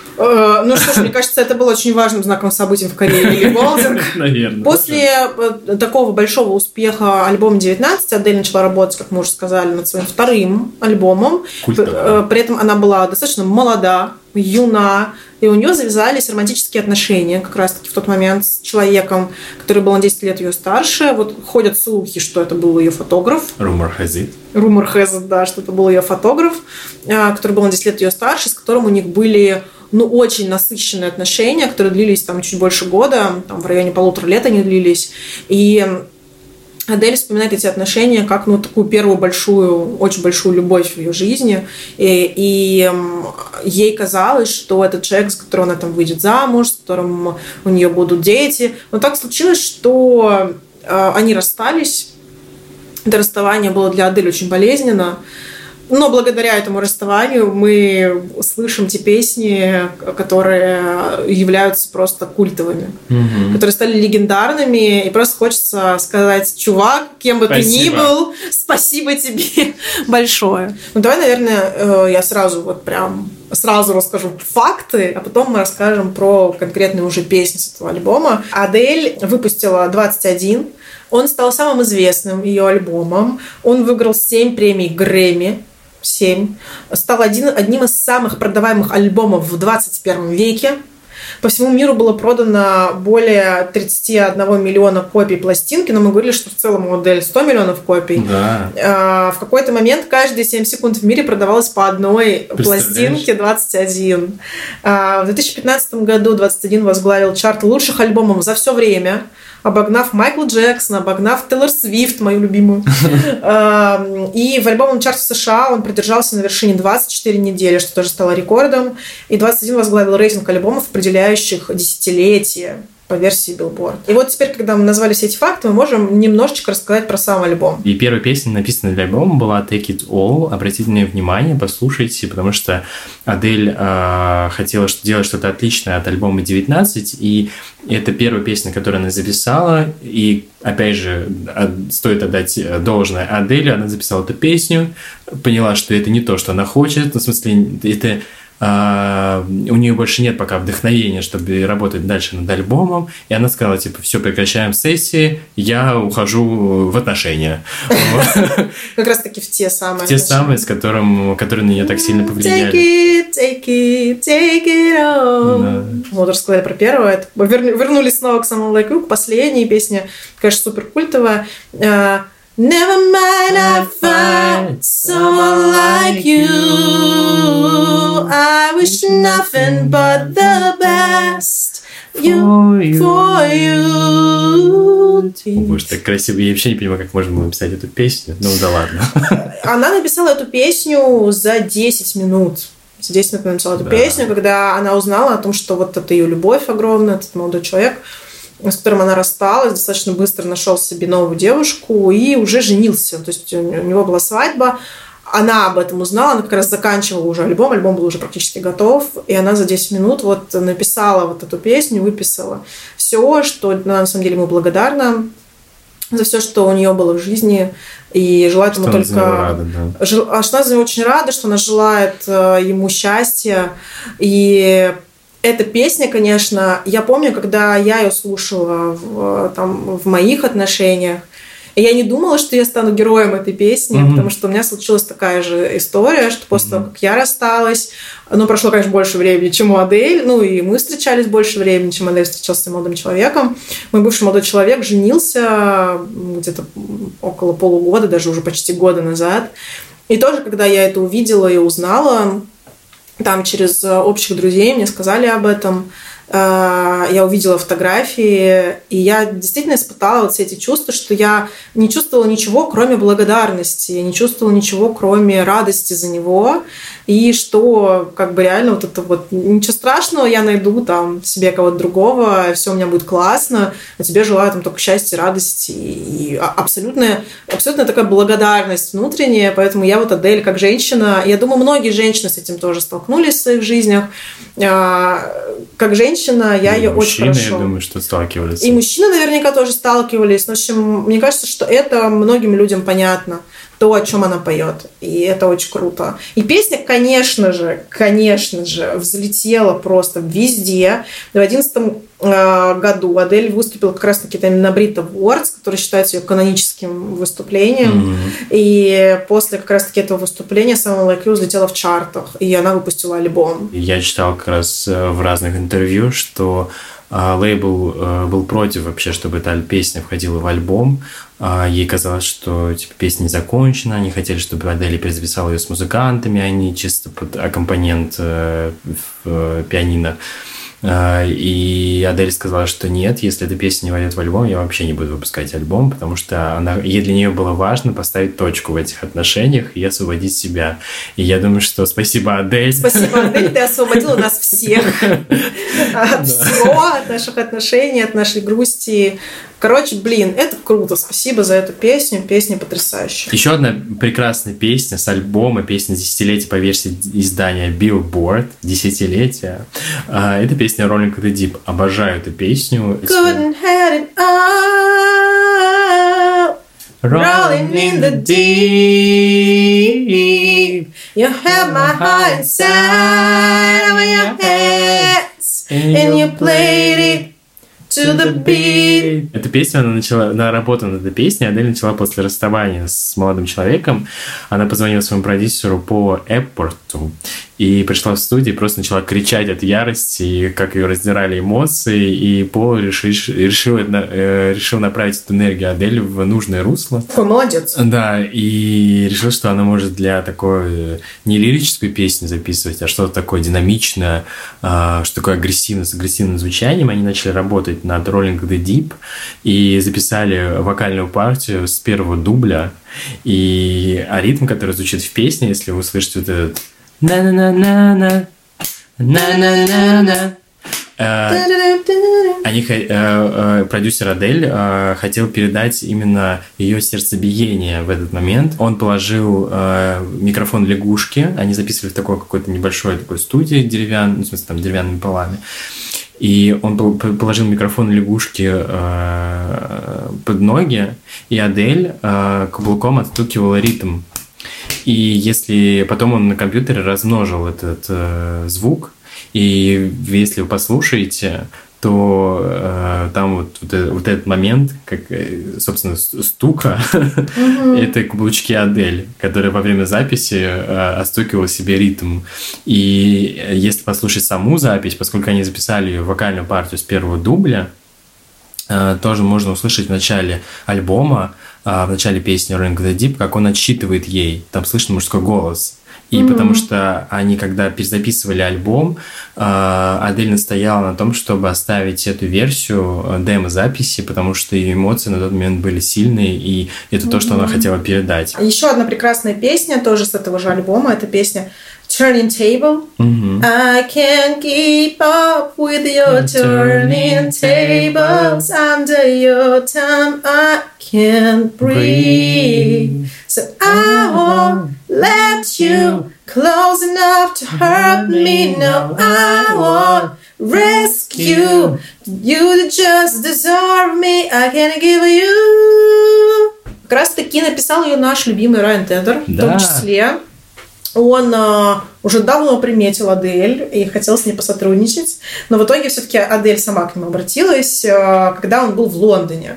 [SPEAKER 2] Ну что ж, мне кажется, это было очень важным знаковым событием в карьере Элли Голдинг.
[SPEAKER 1] Наверное.
[SPEAKER 2] После да. такого большого успеха альбома девятнадцать Адель начала работать, как мы уже сказали, над своим вторым альбомом.
[SPEAKER 1] Культовым.
[SPEAKER 2] При этом она была достаточно молода, юна, и у нее завязались романтические отношения как раз-таки в тот момент с человеком, который был на десять лет ее старше. Вот ходят слухи, что это был ее фотограф.
[SPEAKER 1] Rumor has it.
[SPEAKER 2] Rumor has it, да, что это был ее фотограф, который был на десять лет ее старше, с которым у них были ну, очень насыщенные отношения, которые длились там чуть больше года, там в районе полутора лет они длились. И Адель вспоминает эти отношения как ну, такую первую большую, очень большую любовь в ее жизни. И, и ей казалось, что этот человек, с которым она там выйдет замуж, с которым у нее будут дети. Но так случилось, что э, они расстались. Это расставание было для Адель очень болезненно. Но благодаря этому расставанию мы слышим те песни, которые являются просто культовыми, mm-hmm. которые стали легендарными, и просто хочется сказать: чувак, кем бы спасибо. Ты ни был, спасибо тебе большое. Ну давай, наверное, я сразу вот прям сразу расскажу факты, а потом мы расскажем про конкретные уже песни с этого альбома. Адель выпустила двадцать один. Он стал самым известным ее альбомом. Он выиграл семь премий Грэмми. семь. Стал один, одним из самых продаваемых альбомов в двадцать первом веке. По всему миру было продано более тридцать один миллиона копий пластинки, но мы говорили, что в целом у Адель сто миллионов копий.
[SPEAKER 1] Да.
[SPEAKER 2] В какой-то момент каждые семь секунд в мире продавалось по одной пластинке двадцать один. В две тысячи пятнадцатом году двадцать один возглавил чарт лучших альбомов за все время, обогнав Майкла Джексона, обогнав Тейлор Свифт, мою любимую. И в альбомном чарте США он продержался на вершине двадцать четыре недели, что тоже стало рекордом. И двадцать один возглавил рейтинг альбомов, определяющих десятилетие по версии Billboard. И вот теперь, когда мы назвали все эти факты, мы можем немножечко рассказать про сам альбом.
[SPEAKER 1] И первая песня, написанная для альбома, была Take It All. Обратите на нее внимание, послушайте, потому что Адель э, хотела делать что-то отличное от альбома девятнадцать, и это первая песня, которую она записала, и, опять же, стоит отдать должное Адель, она записала эту песню, поняла, что это не то, что она хочет, ну, в смысле, это... Uh, у нее больше нет пока вдохновения, чтобы работать дальше над альбомом, и она сказала, типа, все, прекращаем сессии, я ухожу в отношения.
[SPEAKER 2] Как раз таки в те самые.
[SPEAKER 1] В те самые, с которым, которые на нее так сильно повлияли.
[SPEAKER 2] Take it, take it, take it all. Вот рассказали про первое. Вернулись снова к Someone Like You, к последней песне, конечно, супер культовая. Never mind, I find someone like you. I wish nothing but the best you, for you.
[SPEAKER 1] Боже, так красиво. Я вообще не понимаю, как можно было написать эту песню. Ну да ладно.
[SPEAKER 2] Она написала эту песню за десять минут. За десять минут она написала эту да. песню, когда она узнала о том, что вот это ее любовь огромная, этот молодой человек, с которым она рассталась, достаточно быстро нашел себе новую девушку и уже женился. То есть у него была свадьба, она об этом узнала, она как раз заканчивала уже альбом, альбом был уже практически готов, и она за десять минут вот написала вот эту песню, выписала все, что она на самом деле ему благодарна за все, что у нее было в жизни, и желает ему только...
[SPEAKER 1] Рада, да.
[SPEAKER 2] Жел... А что она за него очень рада, что она желает ему счастья, и... Эта песня, конечно, я помню, когда я ее слушала в, там, в моих отношениях, и я не думала, что я стану героем этой песни, mm-hmm. потому что у меня случилась такая же история, что после mm-hmm. того, как я рассталась, ну, прошло, конечно, больше времени, чем у Адель, ну, и мы встречались больше времени, чем Адель встречался с молодым человеком. Мой бывший молодой человек женился где-то около полугода, даже уже почти года назад. И тоже, когда я это увидела и узнала, там через общих друзей мне сказали об этом, я увидела фотографии, и я действительно испытала вот все эти чувства, что я не чувствовала ничего, кроме благодарности, я не чувствовала ничего, кроме радости за него, и что как бы реально вот это вот ничего страшного, я найду там себе кого-то другого, все у меня будет классно, а тебе желаю там только счастья, радости и абсолютная, абсолютная такая благодарность внутренняя, поэтому я вот Адель как женщина, я думаю, многие женщины с этим тоже столкнулись в своих жизнях, как женщина, я и ее
[SPEAKER 1] мужчины,
[SPEAKER 2] очень хорошо.
[SPEAKER 1] Я думаю, что сталкивались.
[SPEAKER 2] И мужчины наверняка тоже сталкивались. Но, в общем, мне кажется, что это многим людям понятно, то, о чем она поет. И это очень круто. И песня, конечно же, конечно же, взлетела просто везде. В две тысячи одиннадцатом году Адель выступила как раз-таки на Brit Awards, который считается ее каноническим выступлением. Mm-hmm. И после как раз-таки этого выступления Someone Like You взлетела в чартах, и она выпустила альбом.
[SPEAKER 1] Я читал как раз в разных интервью, что лейбл был против вообще, чтобы эта песня входила в альбом. Ей казалось, что типа, песня не закончена, они хотели, чтобы Адель перезаписала ее с музыкантами, а не чисто под аккомпанемент в пианино. И Адель сказала, что нет, если эта песня не войдет в альбом, я вообще не буду выпускать альбом, потому что она, ей для нее было важно поставить точку в этих отношениях и освободить себя. И я думаю, что спасибо, Адель.
[SPEAKER 2] Спасибо, Адель, ты освободила нас всех от всего, от наших отношений, от нашей грусти. Короче, блин, это круто. Спасибо за эту песню. Песня потрясающая.
[SPEAKER 1] Еще одна прекрасная песня с альбома, песня десятилетия по версии издания Billboard, десятилетия. Это песня Rolling in the Deep. Обожаю эту песню.
[SPEAKER 2] Couldn't have it all. Rolling in the deep. You have my heart inside of your hands. And you played it. To the beat.
[SPEAKER 1] Эта песня, она начала, она работала над этой песней, Адель начала после расставания с молодым человеком. Она позвонила своему продюсеру по Эппорту и пришла в студию и просто начала кричать от ярости, и как ее раздирали эмоции, и Пол решил, решил, решил направить эту энергию Адель в нужное русло.
[SPEAKER 2] Ой, молодец.
[SPEAKER 1] Да, и решил, что она может для такой не лирической песни записывать, а что-то такое динамичное, что такое агрессивное, с агрессивным звучанием. Они начали работать над Rolling the Deep и записали вокальную партию с первого дубля. И а ритм, который звучит в песне, если вы слышите вот этот на-на-на-на-на, на-на-на-на, они, продюсер Адель хотел передать именно ее сердцебиение в этот момент. Он положил микрофон лягушки, они записывали в такой какой-то небольшой такой студии деревянной, ну, в смысле, там, деревянными полами. И он положил микрофон лягушки э, под ноги, и Адель э, каблуком отстукивала ритм. И если потом он на компьютере размножил этот э, звук, и если вы послушаете, то э, там вот, вот, вот этот момент, как, собственно, стука, mm-hmm. это каблучки Адель, которая во время записи э, отстукивала себе ритм. И если послушать саму запись, поскольку они записали вокальную партию с первого дубля, э, тоже можно услышать в начале альбома, э, в начале песни Rolling the Deep, как он отсчитывает ей. Там слышно мужской голос. И mm-hmm. потому что они, когда перезаписывали альбом, Адель настояла на том, чтобы оставить эту версию демо-записи, потому что ее эмоции на тот момент были сильные, и это mm-hmm. то, что она хотела передать.
[SPEAKER 2] Еще одна прекрасная песня, тоже с этого же альбома, это песня Turning Table. Mm-hmm. I can't keep up with your turning tables under your thumb. I can't breathe. So I won't let you close enough to hurt me. No, I won't rescue you. Just deserve me. I can't give you. Как раз таки написал ее наш любимый Райан Тедер, да. В том числе. Он э, уже давно приметил Адель и хотел с ней посотрудничать, но в итоге все-таки Адель сама к нему обратилась, э, когда он был в Лондоне.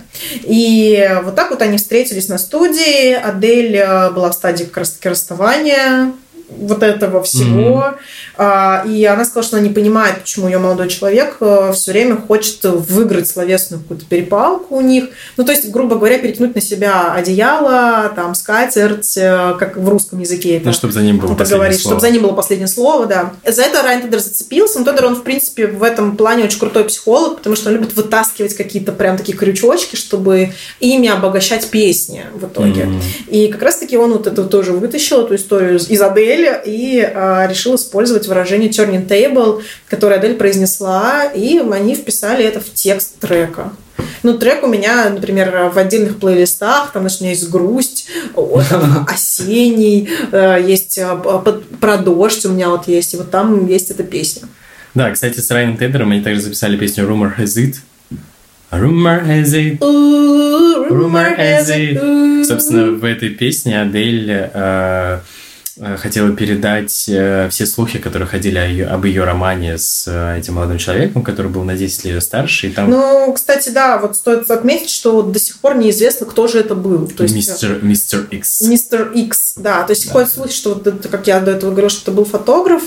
[SPEAKER 2] И вот так вот они встретились на студии. Адель э, была в стадии как раз-таки расставания вот этого всего. Mm-hmm. И она сказала, что она не понимает, почему ее молодой человек все время хочет выиграть словесную какую-то перепалку у них. Ну, то есть, грубо говоря, перетянуть на себя одеяло, там, скатерть, как в русском языке. Это,
[SPEAKER 1] ну, чтобы за ним было последнее
[SPEAKER 2] говорить,
[SPEAKER 1] слово.
[SPEAKER 2] Чтобы за ним было последнее слово, да. За это Райан Тедер зацепился. Но Тедер, он, в принципе, в этом плане очень крутой психолог, потому что он любит вытаскивать какие-то прям такие крючочки, чтобы ими обогащать песни в итоге. Mm-hmm. И как раз-таки он вот это тоже вытащил, эту историю из Адель, и э, решил использовать выражение turning table, которое Адель произнесла, и они вписали это в текст трека. Ну, трек у меня, например, в отдельных плейлистах, там, значит, у меня есть грусть, там, осенний, э, есть э, про дождь у меня вот есть, и вот там есть эта песня.
[SPEAKER 1] Да, кстати, с Райаном Тедером они также записали песню Rumor Has It. Rumor has it, Ooh, rumor has it. Ooh. Собственно, в этой песне Адель э, хотела передать э, все слухи, которые ходили о ее, об ее романе с э, этим молодым человеком, который был на десять лет старше. И там...
[SPEAKER 2] Ну, кстати, да, вот стоит отметить, что до сих пор неизвестно, кто же это был. То есть,
[SPEAKER 1] мистер, мистер Икс.
[SPEAKER 2] Мистер Икс, да. То есть да. Ходит слухи, что, вот, как я до этого говорила, что это был фотограф,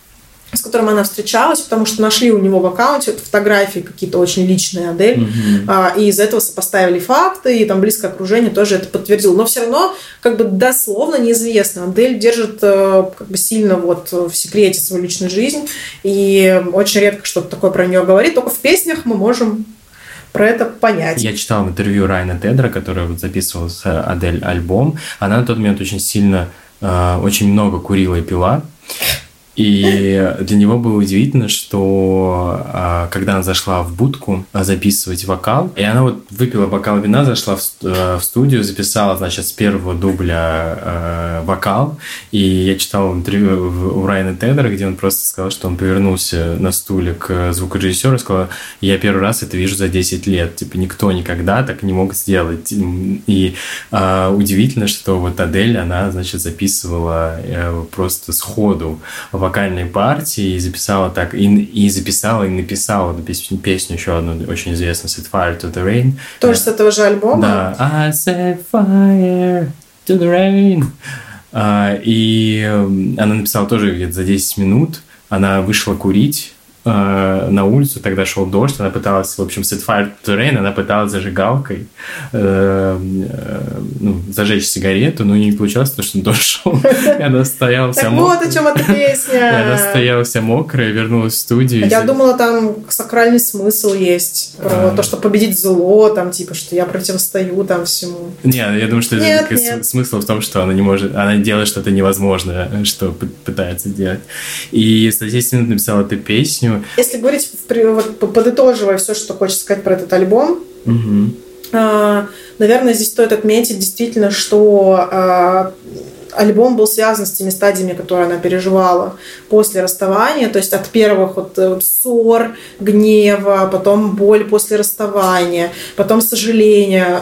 [SPEAKER 2] с которым она встречалась, потому что нашли у него в аккаунте фотографии какие-то очень личные Адель, mm-hmm. и из-за этого сопоставили факты, и там близкое окружение тоже это подтвердило. Но все равно как бы дословно неизвестно. Адель держит как бы сильно вот в секрете свою личную жизнь, и очень редко что-то такое про нее говорит. Только в песнях мы можем про это понять.
[SPEAKER 1] Я читал интервью Райана Тедера, который вот записывал с Адель альбом. Она на тот момент очень сильно, очень много курила и пила. И для него было удивительно, что а, когда она зашла в будку записывать вокал, и она вот выпила бокал вина, зашла в, в студию, записала, значит, с первого дубля а, вокал, и я читал интервью у Райана Тедера, где он просто сказал, что он повернулся на стуле к звукорежиссеру и сказал: я первый раз это вижу за десять лет, типа никто никогда так не мог сделать. И а, удивительно, что вот Адель, она, значит, записывала а, просто сходу вокальной партии и записала так, и, и записала, и написала песню, песню еще одну очень известную, Set Fire to the Rain.
[SPEAKER 2] Тоже с этого же альбома?
[SPEAKER 1] Да. I set fire to the rain. И она написала тоже где-то за десять минут. Она вышла курить на улицу, тогда шел дождь, она пыталась, в общем, set fire to rain, она пыталась зажигалкой э, э, ну, зажечь сигарету, но не получалось, потому что дождь шел, и она стояла вся мокрая.
[SPEAKER 2] Так вот о чем эта песня.
[SPEAKER 1] И она стояла вся мокрая, вернулась в студию.
[SPEAKER 2] Я думала, там сакральный смысл есть, про то, что победить зло, там, типа, что я противостою там всему.
[SPEAKER 1] Нет, я думаю, что смысл в том, что она не может, она делает что-то невозможное, что пытается делать. И за десять минут написала эту песню.
[SPEAKER 2] Если говорить, вот, подытоживая все, что хочется сказать про этот альбом,
[SPEAKER 1] угу.
[SPEAKER 2] э, наверное, здесь стоит отметить действительно, что э, альбом был связан с теми стадиями, которые она переживала после расставания, то есть от первых вот ссор, гнева, потом боль после расставания, потом сожаление,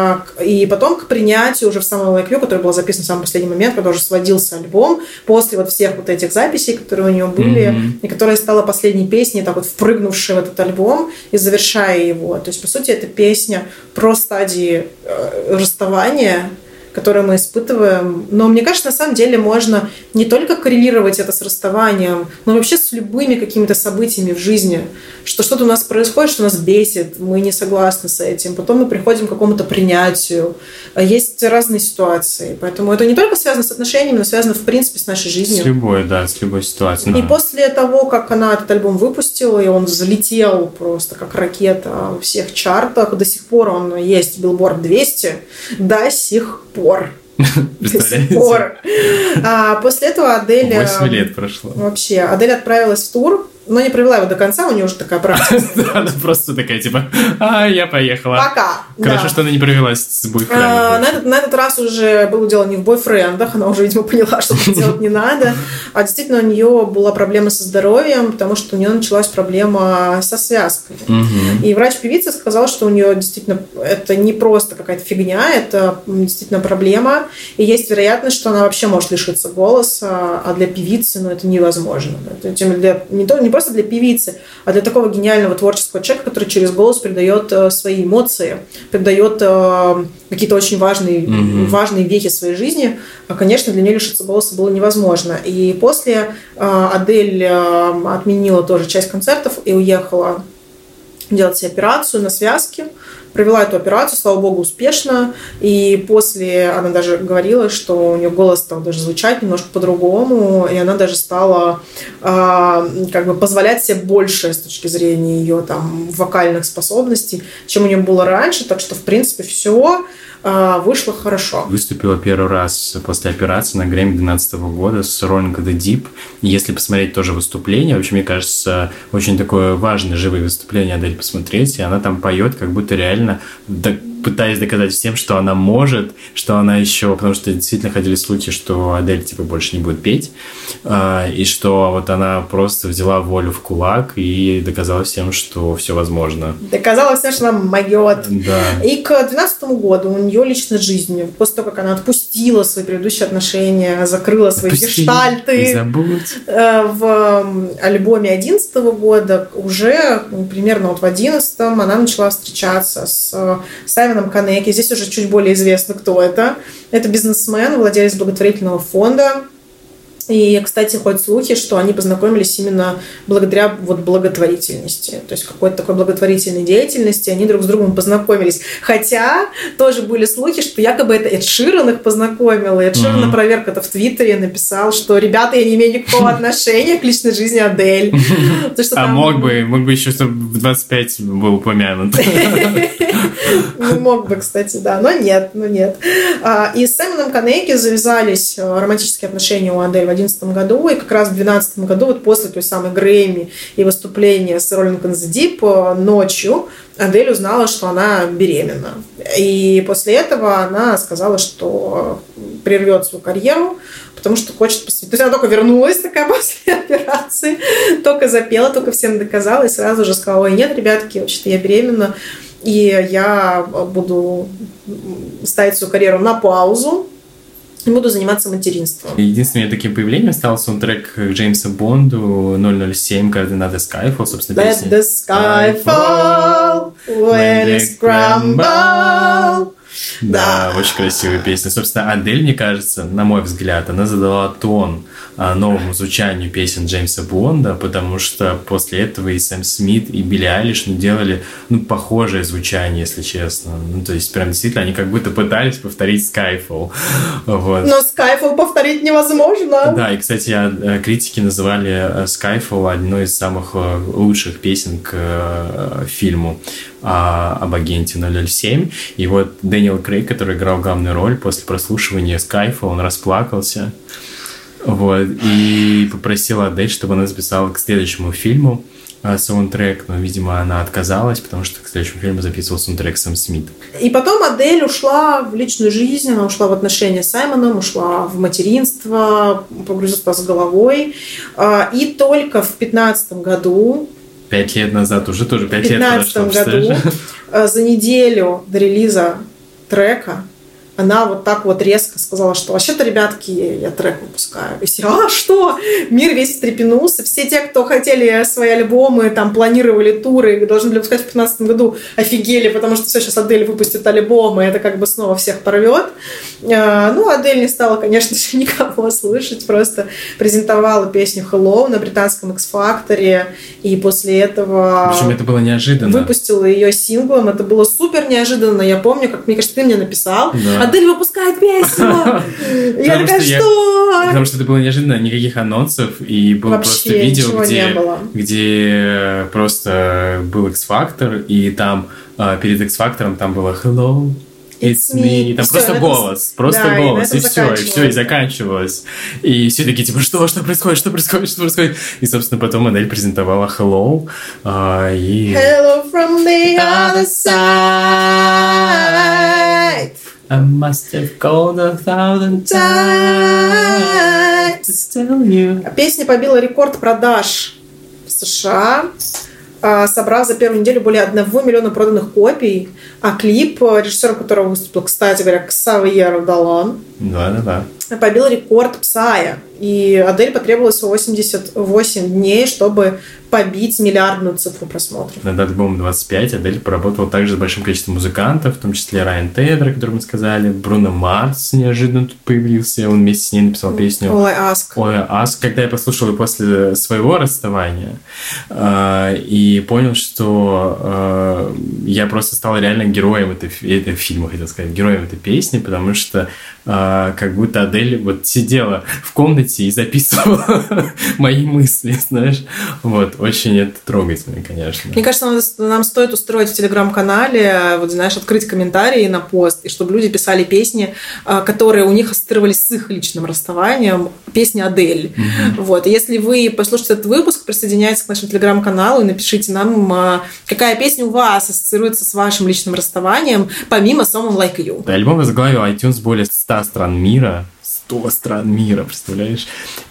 [SPEAKER 2] и потом к принятию уже в самом Like You, который был записан в самый последний момент, когда уже сводился альбом, после вот всех вот этих записей, которые у нее были, mm-hmm. и которая стала последней песней, так вот впрыгнувшей в этот альбом и завершая его. То есть, по сути, это песня про стадии расставания, которые мы испытываем. Но мне кажется, на самом деле можно не только коррелировать это с расставанием, но вообще с любыми какими-то событиями в жизни. Что что-то у нас происходит, что нас бесит, мы не согласны с этим. Потом мы приходим к какому-то принятию. Есть разные ситуации. Поэтому это не только связано с отношениями, но связано, в принципе, с нашей жизнью.
[SPEAKER 1] С любой, да, с любой ситуацией.
[SPEAKER 2] И да. После того, как она этот альбом выпустила, и он взлетел просто как ракета во всех чартах, до сих пор он есть в Billboard двести, до сих пор. До сих пор. А после этого Адель...
[SPEAKER 1] восемь лет прошло.
[SPEAKER 2] Вообще. Адель отправилась в тур, но не провела его до конца, у нее уже такая практика.
[SPEAKER 1] Она просто такая, типа, а, я поехала.
[SPEAKER 2] Пока.
[SPEAKER 1] Хорошо, что она не провелась с бойфрендом.
[SPEAKER 2] На этот раз уже было дело не в бойфрендах, она уже, видимо, поняла, что это делать не надо. А действительно, у нее была проблема со здоровьем, потому что у нее началась проблема со связкой. И врач-певица сказал, что у нее действительно это не просто какая-то фигня, это действительно проблема. И есть вероятность, что она вообще может лишиться голоса, а для певицы, ну, это невозможно. Это для, не, то, не просто для певицы, а для такого гениального творческого человека, который через голос передает э, свои эмоции, передает э, какие-то очень важные, mm-hmm. важные вехи своей жизни, а, конечно, для нее лишиться голоса было невозможно. И после э, Адель э, отменила тоже часть концертов и уехала делать себе операцию на связке. Провела эту операцию, слава богу, успешно. И после она даже говорила, что у нее голос стал даже звучать немножко по-другому, и она даже стала э, как бы позволять себе больше с точки зрения ее там вокальных способностей, чем у нее было раньше. Так что, в принципе, все э, вышло хорошо.
[SPEAKER 1] Выступила первый раз после операции на Грэмми две тысячи двенадцатого года с Rolling the Deep. Если посмотреть тоже выступление, вообще, мне кажется, очень такое важное живое выступление Адель посмотреть, и она там поет, как будто реально пытаясь доказать всем, что она может, что она еще, потому что действительно ходили слухи, что Адель типа больше не будет петь, и что вот она просто взяла волю в кулак и доказала всем, что все возможно.
[SPEAKER 2] Доказала всем, что она могет.
[SPEAKER 1] Да.
[SPEAKER 2] И к две тысячи двенадцатому году у нее личной жизни, после того, как она отпустила свои предыдущие отношения, закрыла свои
[SPEAKER 1] Отпусти,
[SPEAKER 2] гештальты,
[SPEAKER 1] не забудь.
[SPEAKER 2] В альбоме две тысячи одиннадцатого года уже примерно вот в две тысячи одиннадцатом она начала встречаться с Саймоном Конеки. Здесь уже чуть более известно, кто это. Это бизнесмен, владелец благотворительного фонда. И, кстати, ходят слухи, что они познакомились именно благодаря вот благотворительности. То есть какой-то такой благотворительной деятельности они друг с другом познакомились. Хотя тоже были слухи, что якобы это Эд Ширан их познакомил. И Эд Ширан mm-hmm. на проверку это в Твиттере написал, что ребята, я не имею никакого отношения к личной жизни Адель.
[SPEAKER 1] А мог бы, мог бы еще, чтобы в двадцать пять был упомянут.
[SPEAKER 2] Ну, мог бы, кстати, да. Но нет, но нет. И с Саймоном Конеки завязались романтические отношения у Адель в две тысячи одиннадцатом году, и как раз в две тысячи двенадцатом году, вот после той самой Грэмми и выступления с Rolling in the Deep ночью, Адель узнала, что она беременна. И после этого она сказала, что прервет свою карьеру, потому что хочет посвятить. То есть она только вернулась такая после операции, только запела, только всем доказала, и сразу же сказала: ой, нет, ребятки, вообще-то я беременна, и я буду ставить свою карьеру на паузу, и буду заниматься материнством.
[SPEAKER 1] Единственным таким появлением стал саундтрек к Джеймсу Бонду ноль ноль семь координаты Skyfall, собственно,
[SPEAKER 2] песня. Let the sky fall when it scramble.
[SPEAKER 1] Да, да, очень красивая песня. Собственно, Адель, мне кажется, на мой взгляд, она задала тон новому звучанию песен Джеймса Бонда, потому что после этого и Сэм Смит, и Билли Айлиш ну, делали ну, похожее звучание, если честно. Ну, то есть, прям действительно, они как будто пытались повторить Skyfall. Вот.
[SPEAKER 2] Но Skyfall повторить невозможно.
[SPEAKER 1] Да, и, кстати, критики называли Skyfall одной из самых лучших песен к фильму об агенте ноль ноль семь. И вот Дэниел Крейг, который играл главную роль, после прослушивания Skyfall, он расплакался. Вот, и попросил Адель, чтобы она записала к следующему фильму саундтрек, но, видимо, она отказалась, потому что к следующему фильму записывал саундтрек Сэм Смит.
[SPEAKER 2] И потом Адель ушла в личную жизнь, она ушла в отношения с Саймоном, ушла в материнство, погрузилась с головой. И только в пятнадцатом году...
[SPEAKER 1] Пять лет назад, уже тоже пять лет прошло.
[SPEAKER 2] В пятнадцатом году, за неделю до релиза трека, она вот так вот резко сказала, что вообще-то, ребятки, я трек выпускаю. И все, а что? Мир весь встрепенулся. Все те, кто хотели свои альбомы, там, планировали туры, должны были выпускать в пятнадцатом году, офигели, потому что все, сейчас Адель выпустит альбом, и это как бы снова всех порвет. Ну, Адель не стала, конечно же, никого слышать, просто презентовала песню Hello на британском X-Factor, и после этого...
[SPEAKER 1] Причем это было неожиданно.
[SPEAKER 2] Выпустила ее синглом, это было супер неожиданно. Я помню, как, мне кажется, ты мне написал,
[SPEAKER 1] да.
[SPEAKER 2] Адель выпускает песню. Я такая, что?
[SPEAKER 1] Потому что это было неожиданно, никаких анонсов, и было просто видео, где просто был X-Factor, и там перед X-Factor там было Hello, it's me, и там просто голос, просто голос, и все, и все, и заканчивалось. И все такие, типа, что, что происходит, что происходит, что происходит? И, собственно, потом модель презентовала Hello, и...
[SPEAKER 2] Hello from the other side.
[SPEAKER 1] I must have called a thousand times to tell you.
[SPEAKER 2] Песня побила рекорд продаж в США, собрав за первую неделю более одного миллиона проданных копий, а клип, режиссером которого выступил, кстати говоря, Ксавьер Долан,
[SPEAKER 1] да-да-да,
[SPEAKER 2] побил рекорд Псая. И Адель потребовалось восемьдесят восемь дней, чтобы побить миллиардную цифру просмотров.
[SPEAKER 1] Над альбомом двадцать пять Адель поработала также с большим количеством музыкантов, в том числе Райан Тейдер, о котором мы сказали, Бруно Марс неожиданно тут появился, он вместе с ней написал песню
[SPEAKER 2] All I Ask.
[SPEAKER 1] All I Ask, когда я послушал ее после своего расставания, э, и понял, что э, я просто стал реально героем этой, этой фильма, хотел сказать, героем этой песни, потому что э, как будто Адель вот сидела в комнате и записывала мои мысли, знаешь. Вот, очень это трогательно, конечно.
[SPEAKER 2] Мне кажется, нам стоит устроить в Телеграм-канале, вот, знаешь, открыть комментарии на пост, и чтобы люди писали песни, которые у них ассоциировались с их личным расставанием, песни Адель. Mm-hmm. Вот. И если вы послушаете этот выпуск, присоединяйтесь к нашему Телеграм-каналу и напишите нам, какая песня у вас ассоциируется с вашим личным расставанием, помимо Someone Like You.
[SPEAKER 1] Альбом возглавил iTunes более ста стран мира. сто стран мира, представляешь?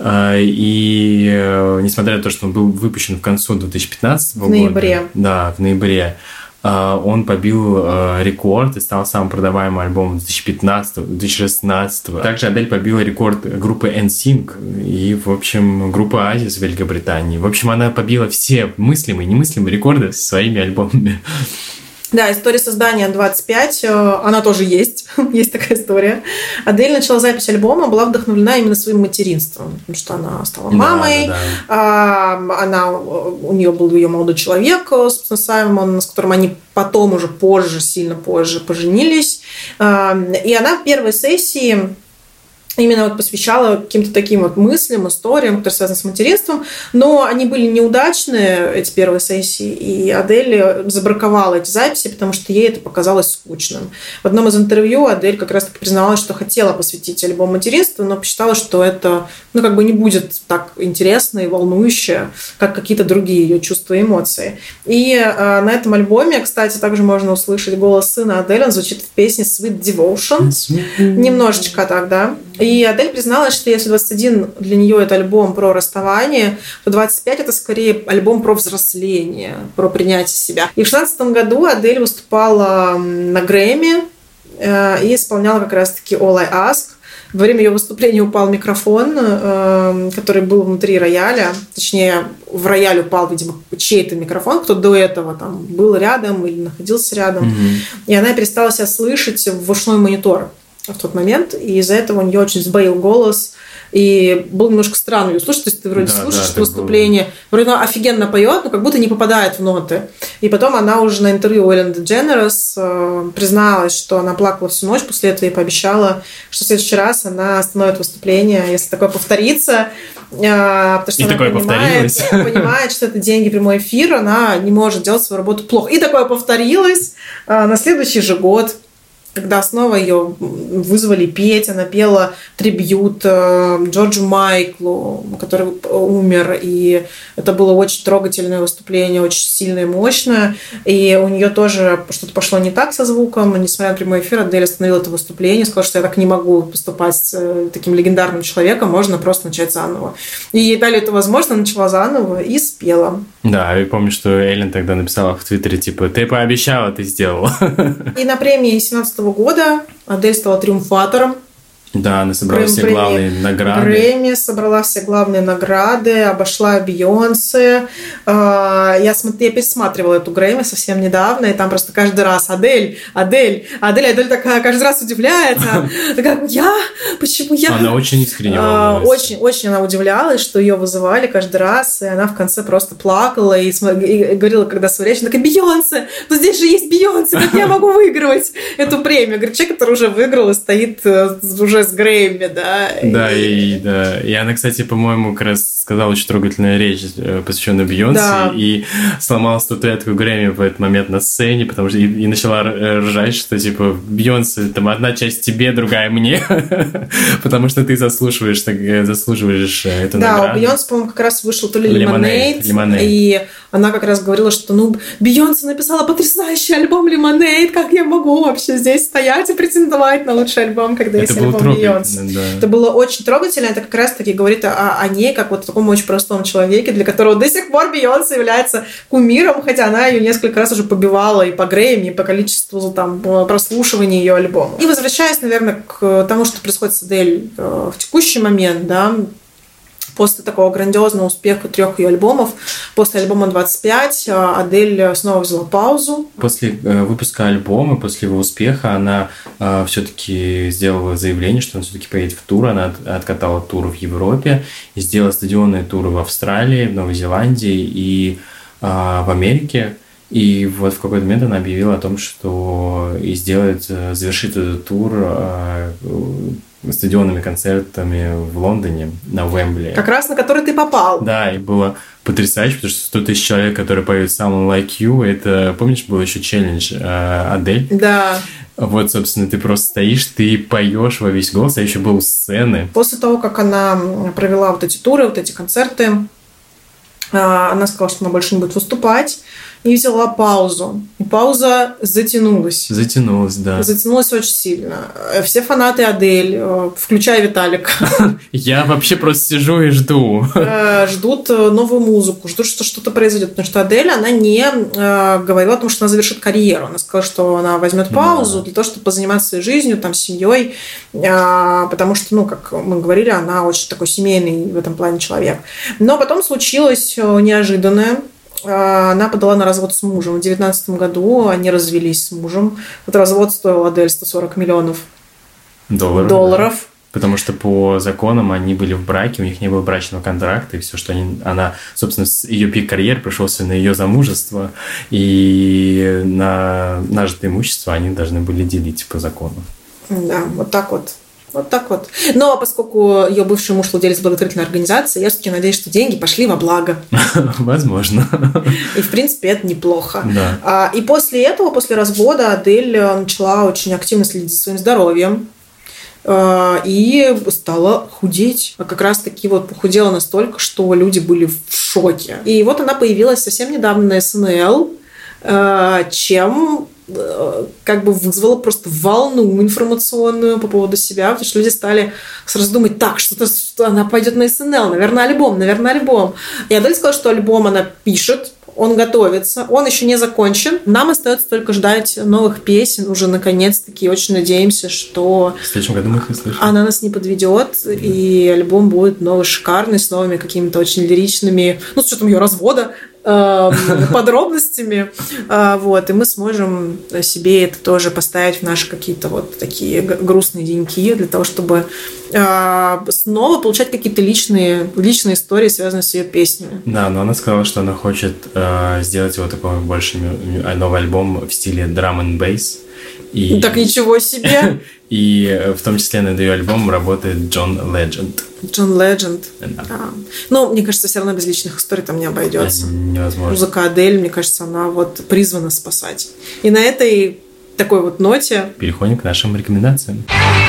[SPEAKER 1] И несмотря на то, что он был выпущен в конце две тысячи пятнадцатого года... В
[SPEAKER 2] ноябре.
[SPEAKER 1] Да, в ноябре. Он побил рекорд и стал самым продаваемым альбомом две тысячи пятнадцатого - две тысячи шестнадцатого. Также Адель побила рекорд группы эн синк и, в общем, группы Oasis в Великобритании. В общем, она побила все мыслимые и немыслимые рекорды со своими альбомами.
[SPEAKER 2] Да, история создания двадцать пять, она тоже есть, есть такая история. Адель начала запись альбома, была вдохновлена именно своим материнством, потому что она стала мамой, да, да, да. Она, у нее был ее молодой человек, собственно, Саймон, с которым они потом уже позже, сильно позже поженились. И она в первой сессии именно вот посвящала каким-то таким вот мыслям, историям, которые связаны с материнством, но они были неудачные, эти первые сессии, и Адель забраковала эти записи, потому что ей это показалось скучным. В одном из интервью Адель как раз-таки призналась, что хотела посвятить альбом материнству, но посчитала, что это, ну, как бы не будет так интересно и волнующе, как какие-то другие ее чувства и эмоции. И э, на этом альбоме, кстати, также можно услышать голос сына Адель, он звучит в песне Sweet Devotion, немножечко так, да. И Адель призналась, что если двадцать один для нее это альбом про расставание, то двадцать пять это скорее альбом про взросление, про принятие себя. И в шестнадцатом году Адель выступала на Грэмми и исполняла как раз-таки All I Ask, во время ее выступления упал микрофон, э, который был внутри рояля. Точнее, в рояль упал, видимо, чей-то микрофон, кто до этого там был рядом или находился рядом. Mm-hmm. И она перестала себя слышать в ушной монитор в тот момент. И из-за этого у нее очень сбоил голос. И было немножко странно ее слушать. То есть ты вроде да, слушаешь да, выступление, было... вроде она офигенно поет, но как будто не попадает в ноты. И потом она уже на интервью у Эллен Дедженерес э, призналась, что она плакала всю ночь после этого и пообещала, что в следующий раз она остановит выступление, если такое повторится. Э, потому что
[SPEAKER 1] и
[SPEAKER 2] она
[SPEAKER 1] такое
[SPEAKER 2] понимает, понимает, что это деньги, прямой эфир, она не может делать свою работу плохо. И такое повторилось э, на следующий же год, когда снова ее вызвали петь, она пела трибьют Джорджу Майклу, который умер, и это было очень трогательное выступление, очень сильное и мощное, и у нее тоже что-то пошло не так со звуком, несмотря на прямой эфир, Адель остановила это выступление, сказала, что я так не могу поступать с таким легендарным человеком, можно просто начать заново. И ей дали эту возможность, она начала заново и спела.
[SPEAKER 1] Да, я помню, что Эллен тогда написала в Твиттере, типа, ты пообещала, ты сделала.
[SPEAKER 2] И на премии семнадцатого года Адель стала триумфатором.
[SPEAKER 1] Да, она собрала все главные награды.
[SPEAKER 2] Грэмми, собрала все главные награды, обошла Бейонсе. Я, смотри, я пересматривала эту Грэмми совсем недавно, и там просто каждый раз Адель, Адель, Адель, Адель такая каждый раз удивляется. Такая, я? Почему я?
[SPEAKER 1] Она очень искренне волновалась.
[SPEAKER 2] Очень, очень она удивлялась, что ее вызывали каждый раз, и она в конце просто плакала и, и говорила, когда свою речь, она такая, Бейонсе, но здесь же есть Бейонсе, как я могу выигрывать эту премию? Говорит, человек, который уже выиграл и стоит уже с Грэмми, да.
[SPEAKER 1] Да, и, и, да. И она, кстати, по-моему, как раз сказала очень трогательную речь, посвященную Бейонсе, да. И сломала статуэтку Грэмми в этот момент на сцене, потому что и, и начала ржать, что, типа, Бейонсе, там, одна часть тебе, другая мне, потому что ты заслуживаешь, так, заслуживаешь эту
[SPEAKER 2] да,
[SPEAKER 1] награду.
[SPEAKER 2] Да, у Бейонсе, по-моему, как раз вышел то ли Lemonade, и она как раз говорила, что, ну, Бейонсе написала потрясающий альбом Lemonade, как я могу вообще здесь стоять и претендовать на лучший альбом, когда есть альбом Бейонсе. Да. Это было очень трогательно, это как раз-таки говорит о, о ней, как вот о таком очень простом человеке, для которого до сих пор Бейонсе является кумиром, хотя она ее несколько раз уже побивала и по Грэмми, и по количеству там, прослушиваний ее альбома. И возвращаясь, наверное, к тому, что происходит с Адель в текущий момент, да, после такого грандиозного успеха трех ее альбомов, после альбома двадцать пять, Адель снова взяла паузу.
[SPEAKER 1] После э, выпуска альбома, после его успеха, она э, все-таки сделала заявление, что она все-таки поедет в тур. Она от, откатала тур в Европе, и сделала стадионные туры в Австралии, в Новой Зеландии и э, в Америке. И вот в какой-то момент она объявила о том, что и сделает, завершит этот тур э, стадионными концертами в Лондоне, на Уэмбли.
[SPEAKER 2] Как раз на который ты попал.
[SPEAKER 1] Да, и было потрясающе, потому что сто тысяч человек, которые поют Someone Like You, это, помнишь, был еще челлендж э, Адель?
[SPEAKER 2] Да.
[SPEAKER 1] Вот, собственно, ты просто стоишь, ты поешь во весь голос, а еще был у сцены.
[SPEAKER 2] После того, как она провела вот эти туры, вот эти концерты, она сказала, что она больше не будет выступать, и взяла паузу. И пауза затянулась.
[SPEAKER 1] Затянулась, да.
[SPEAKER 2] Затянулась очень сильно. Все фанаты Адель, включая Виталика.
[SPEAKER 1] Я вообще просто сижу и жду.
[SPEAKER 2] Ждут новую музыку, ждут, что что-то произойдет. Потому что Адель, она не говорила о том, что она завершит карьеру. Она сказала, что она возьмет паузу для того, чтобы позаниматься своей жизнью, там, семьей. Потому что, ну, как мы говорили, она очень такой семейный в этом плане человек. Но потом случилось неожиданное. Она подала на развод с мужем. В две тысячи девятнадцатом году они развелись с мужем. Вот развод стоил Адель сто сорок миллионов
[SPEAKER 1] долларов.
[SPEAKER 2] долларов.
[SPEAKER 1] Да. Потому что по законам они были в браке, у них не было брачного контракта, и все, что они, она, собственно, ее пик карьеры пришелся на ее замужество, и на нажитое имущество они должны были делить по закону.
[SPEAKER 2] Да, вот так вот. Вот так вот. Но поскольку ее бывший муж владелец благотворительной организации, я все-таки надеюсь, что деньги пошли во благо.
[SPEAKER 1] Возможно.
[SPEAKER 2] И, в принципе, это неплохо.
[SPEAKER 1] Да.
[SPEAKER 2] И после этого, после развода, Адель начала очень активно следить за своим здоровьем. И стала худеть. А как раз-таки вот похудела настолько, что люди были в шоке. И вот она появилась совсем недавно на эс эн эл, чем как бы вызвало просто волну информационную по поводу себя, потому что люди стали сразу думать, так, что-то что она пойдет на эс эн эл, наверное, альбом, наверное, альбом. И Адель сказала, что альбом она пишет, он готовится, он еще не закончен. Нам остается только ждать новых песен. Уже наконец-таки очень надеемся, что
[SPEAKER 1] в следующем году мы их услышим.
[SPEAKER 2] Она нас не подведет, и альбом будет новый, шикарный, с новыми какими-то очень лиричными, ну, с учетом ее развода, подробностями, вот, и мы сможем себе это тоже поставить в наши какие-то вот такие грустные деньки для того, чтобы снова получать какие-то личные, личные истории, связанные с ее песнями.
[SPEAKER 1] Да, но она сказала, что она хочет э, сделать его такой больше новый альбом в стиле drum and bass. И...
[SPEAKER 2] Так ничего себе!
[SPEAKER 1] И в том числе над ее альбомом работает Джон Ледженд.
[SPEAKER 2] Джон Ледженд.
[SPEAKER 1] Да.
[SPEAKER 2] А. Ну, мне кажется, все равно без личных историй там не обойдется.
[SPEAKER 1] Невозможно.
[SPEAKER 2] Музыка Адель, мне кажется, она вот призвана спасать. И на этой такой вот ноте
[SPEAKER 1] переходим к нашим рекомендациям.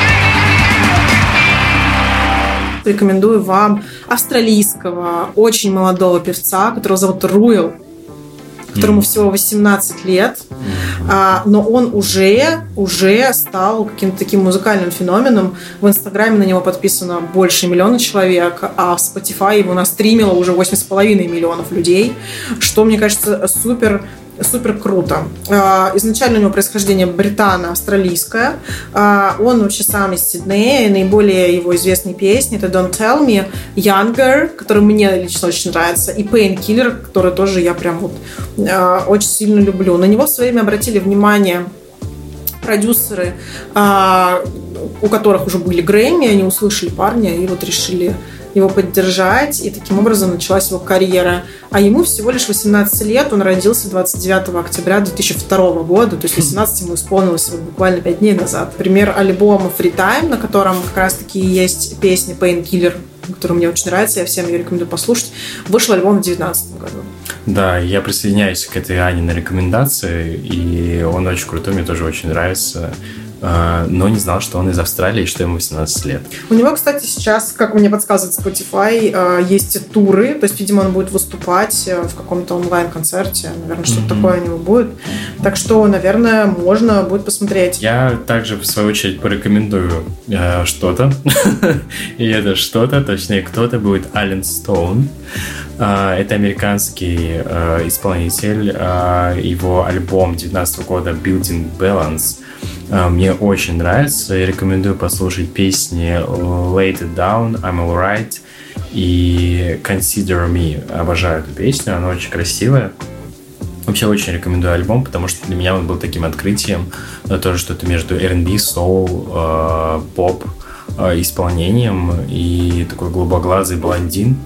[SPEAKER 2] Рекомендую вам австралийского, очень молодого певца, которого зовут Руил, которому mm. всего восемнадцать лет, mm. а, но он уже, уже стал каким-то таким музыкальным феноменом. В Инстаграме на него подписано больше миллиона человек, а в Spotify его настримило уже восемь с половиной миллионов людей, что, мне кажется, супер супер круто. Изначально у него происхождение британо-австралийское. Он вообще сам из Сиднея. Наиболее его известные песни — это Don't Tell Me, Younger, который мне лично очень нравится, и Painkiller, который тоже я прям вот очень сильно люблю. На него в свое время обратили внимание продюсеры, у которых уже были Грэмми, они услышали парня и вот решили его поддержать, и таким образом началась его карьера. А ему всего лишь восемнадцать лет, он родился двадцать девятого октября две тысячи второго года, то есть восемнадцать ему исполнилось вот буквально пять дней назад. Пример альбома Free Time, на котором как раз-таки есть песня Painkiller, которая мне очень нравится, я всем ее рекомендую послушать, вышел альбом в две тысячи девятнадцатом году. Да,
[SPEAKER 1] я присоединяюсь к этой Аниной рекомендации, и он очень крутой, мне тоже очень нравится. Но не знал, что он из Австралии и что ему восемнадцать лет.
[SPEAKER 2] У него, кстати, сейчас, как мне подсказывает Spotify, есть туры, то есть, видимо, он будет выступать в каком-то онлайн-концерте, наверное, что-то mm-hmm. такое у него будет. Так что, наверное, можно будет посмотреть.
[SPEAKER 1] Я также, в свою очередь, порекомендую э, что-то. И это что-то, точнее, кто-то будет Ален Стоун. Uh, это американский uh, исполнитель. Uh, его альбом две тысячи девятнадцатого года Building Balance uh, мне очень нравится. Я рекомендую послушать песни Lay It Down, I'm Alright и Consider Me. Обожаю эту песню, она очень красивая. Вообще очень рекомендую альбом, потому что для меня он был таким открытием. Тоже что-то между ар энд би, соул, uh, поп uh, исполнением и такой голубоглазый блондин,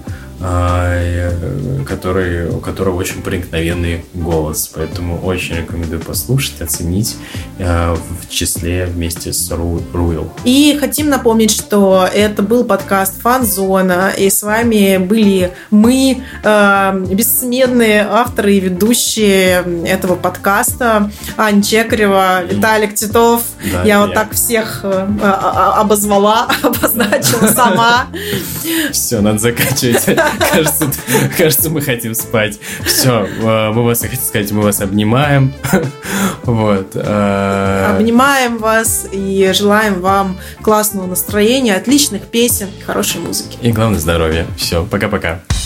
[SPEAKER 1] который, у которого очень проникновенный голос. Поэтому очень рекомендую послушать, оценить в числе вместе с Руил.
[SPEAKER 2] И хотим напомнить, что это был подкаст Фан-зона, и с вами были мы, бессменные авторы и ведущие этого подкаста, Аня Чекарева, Виталик Титов. Да, я, я вот так всех обозвала, обозначила сама.
[SPEAKER 1] Все, надо заканчивать. Кажется, кажется, мы хотим спать. Все, мы вас, я хотел сказать, мы вас обнимаем. Вот.
[SPEAKER 2] Обнимаем вас и желаем вам классного настроения, отличных песен, хорошей музыки.
[SPEAKER 1] И главное, здоровья. Все, пока-пока.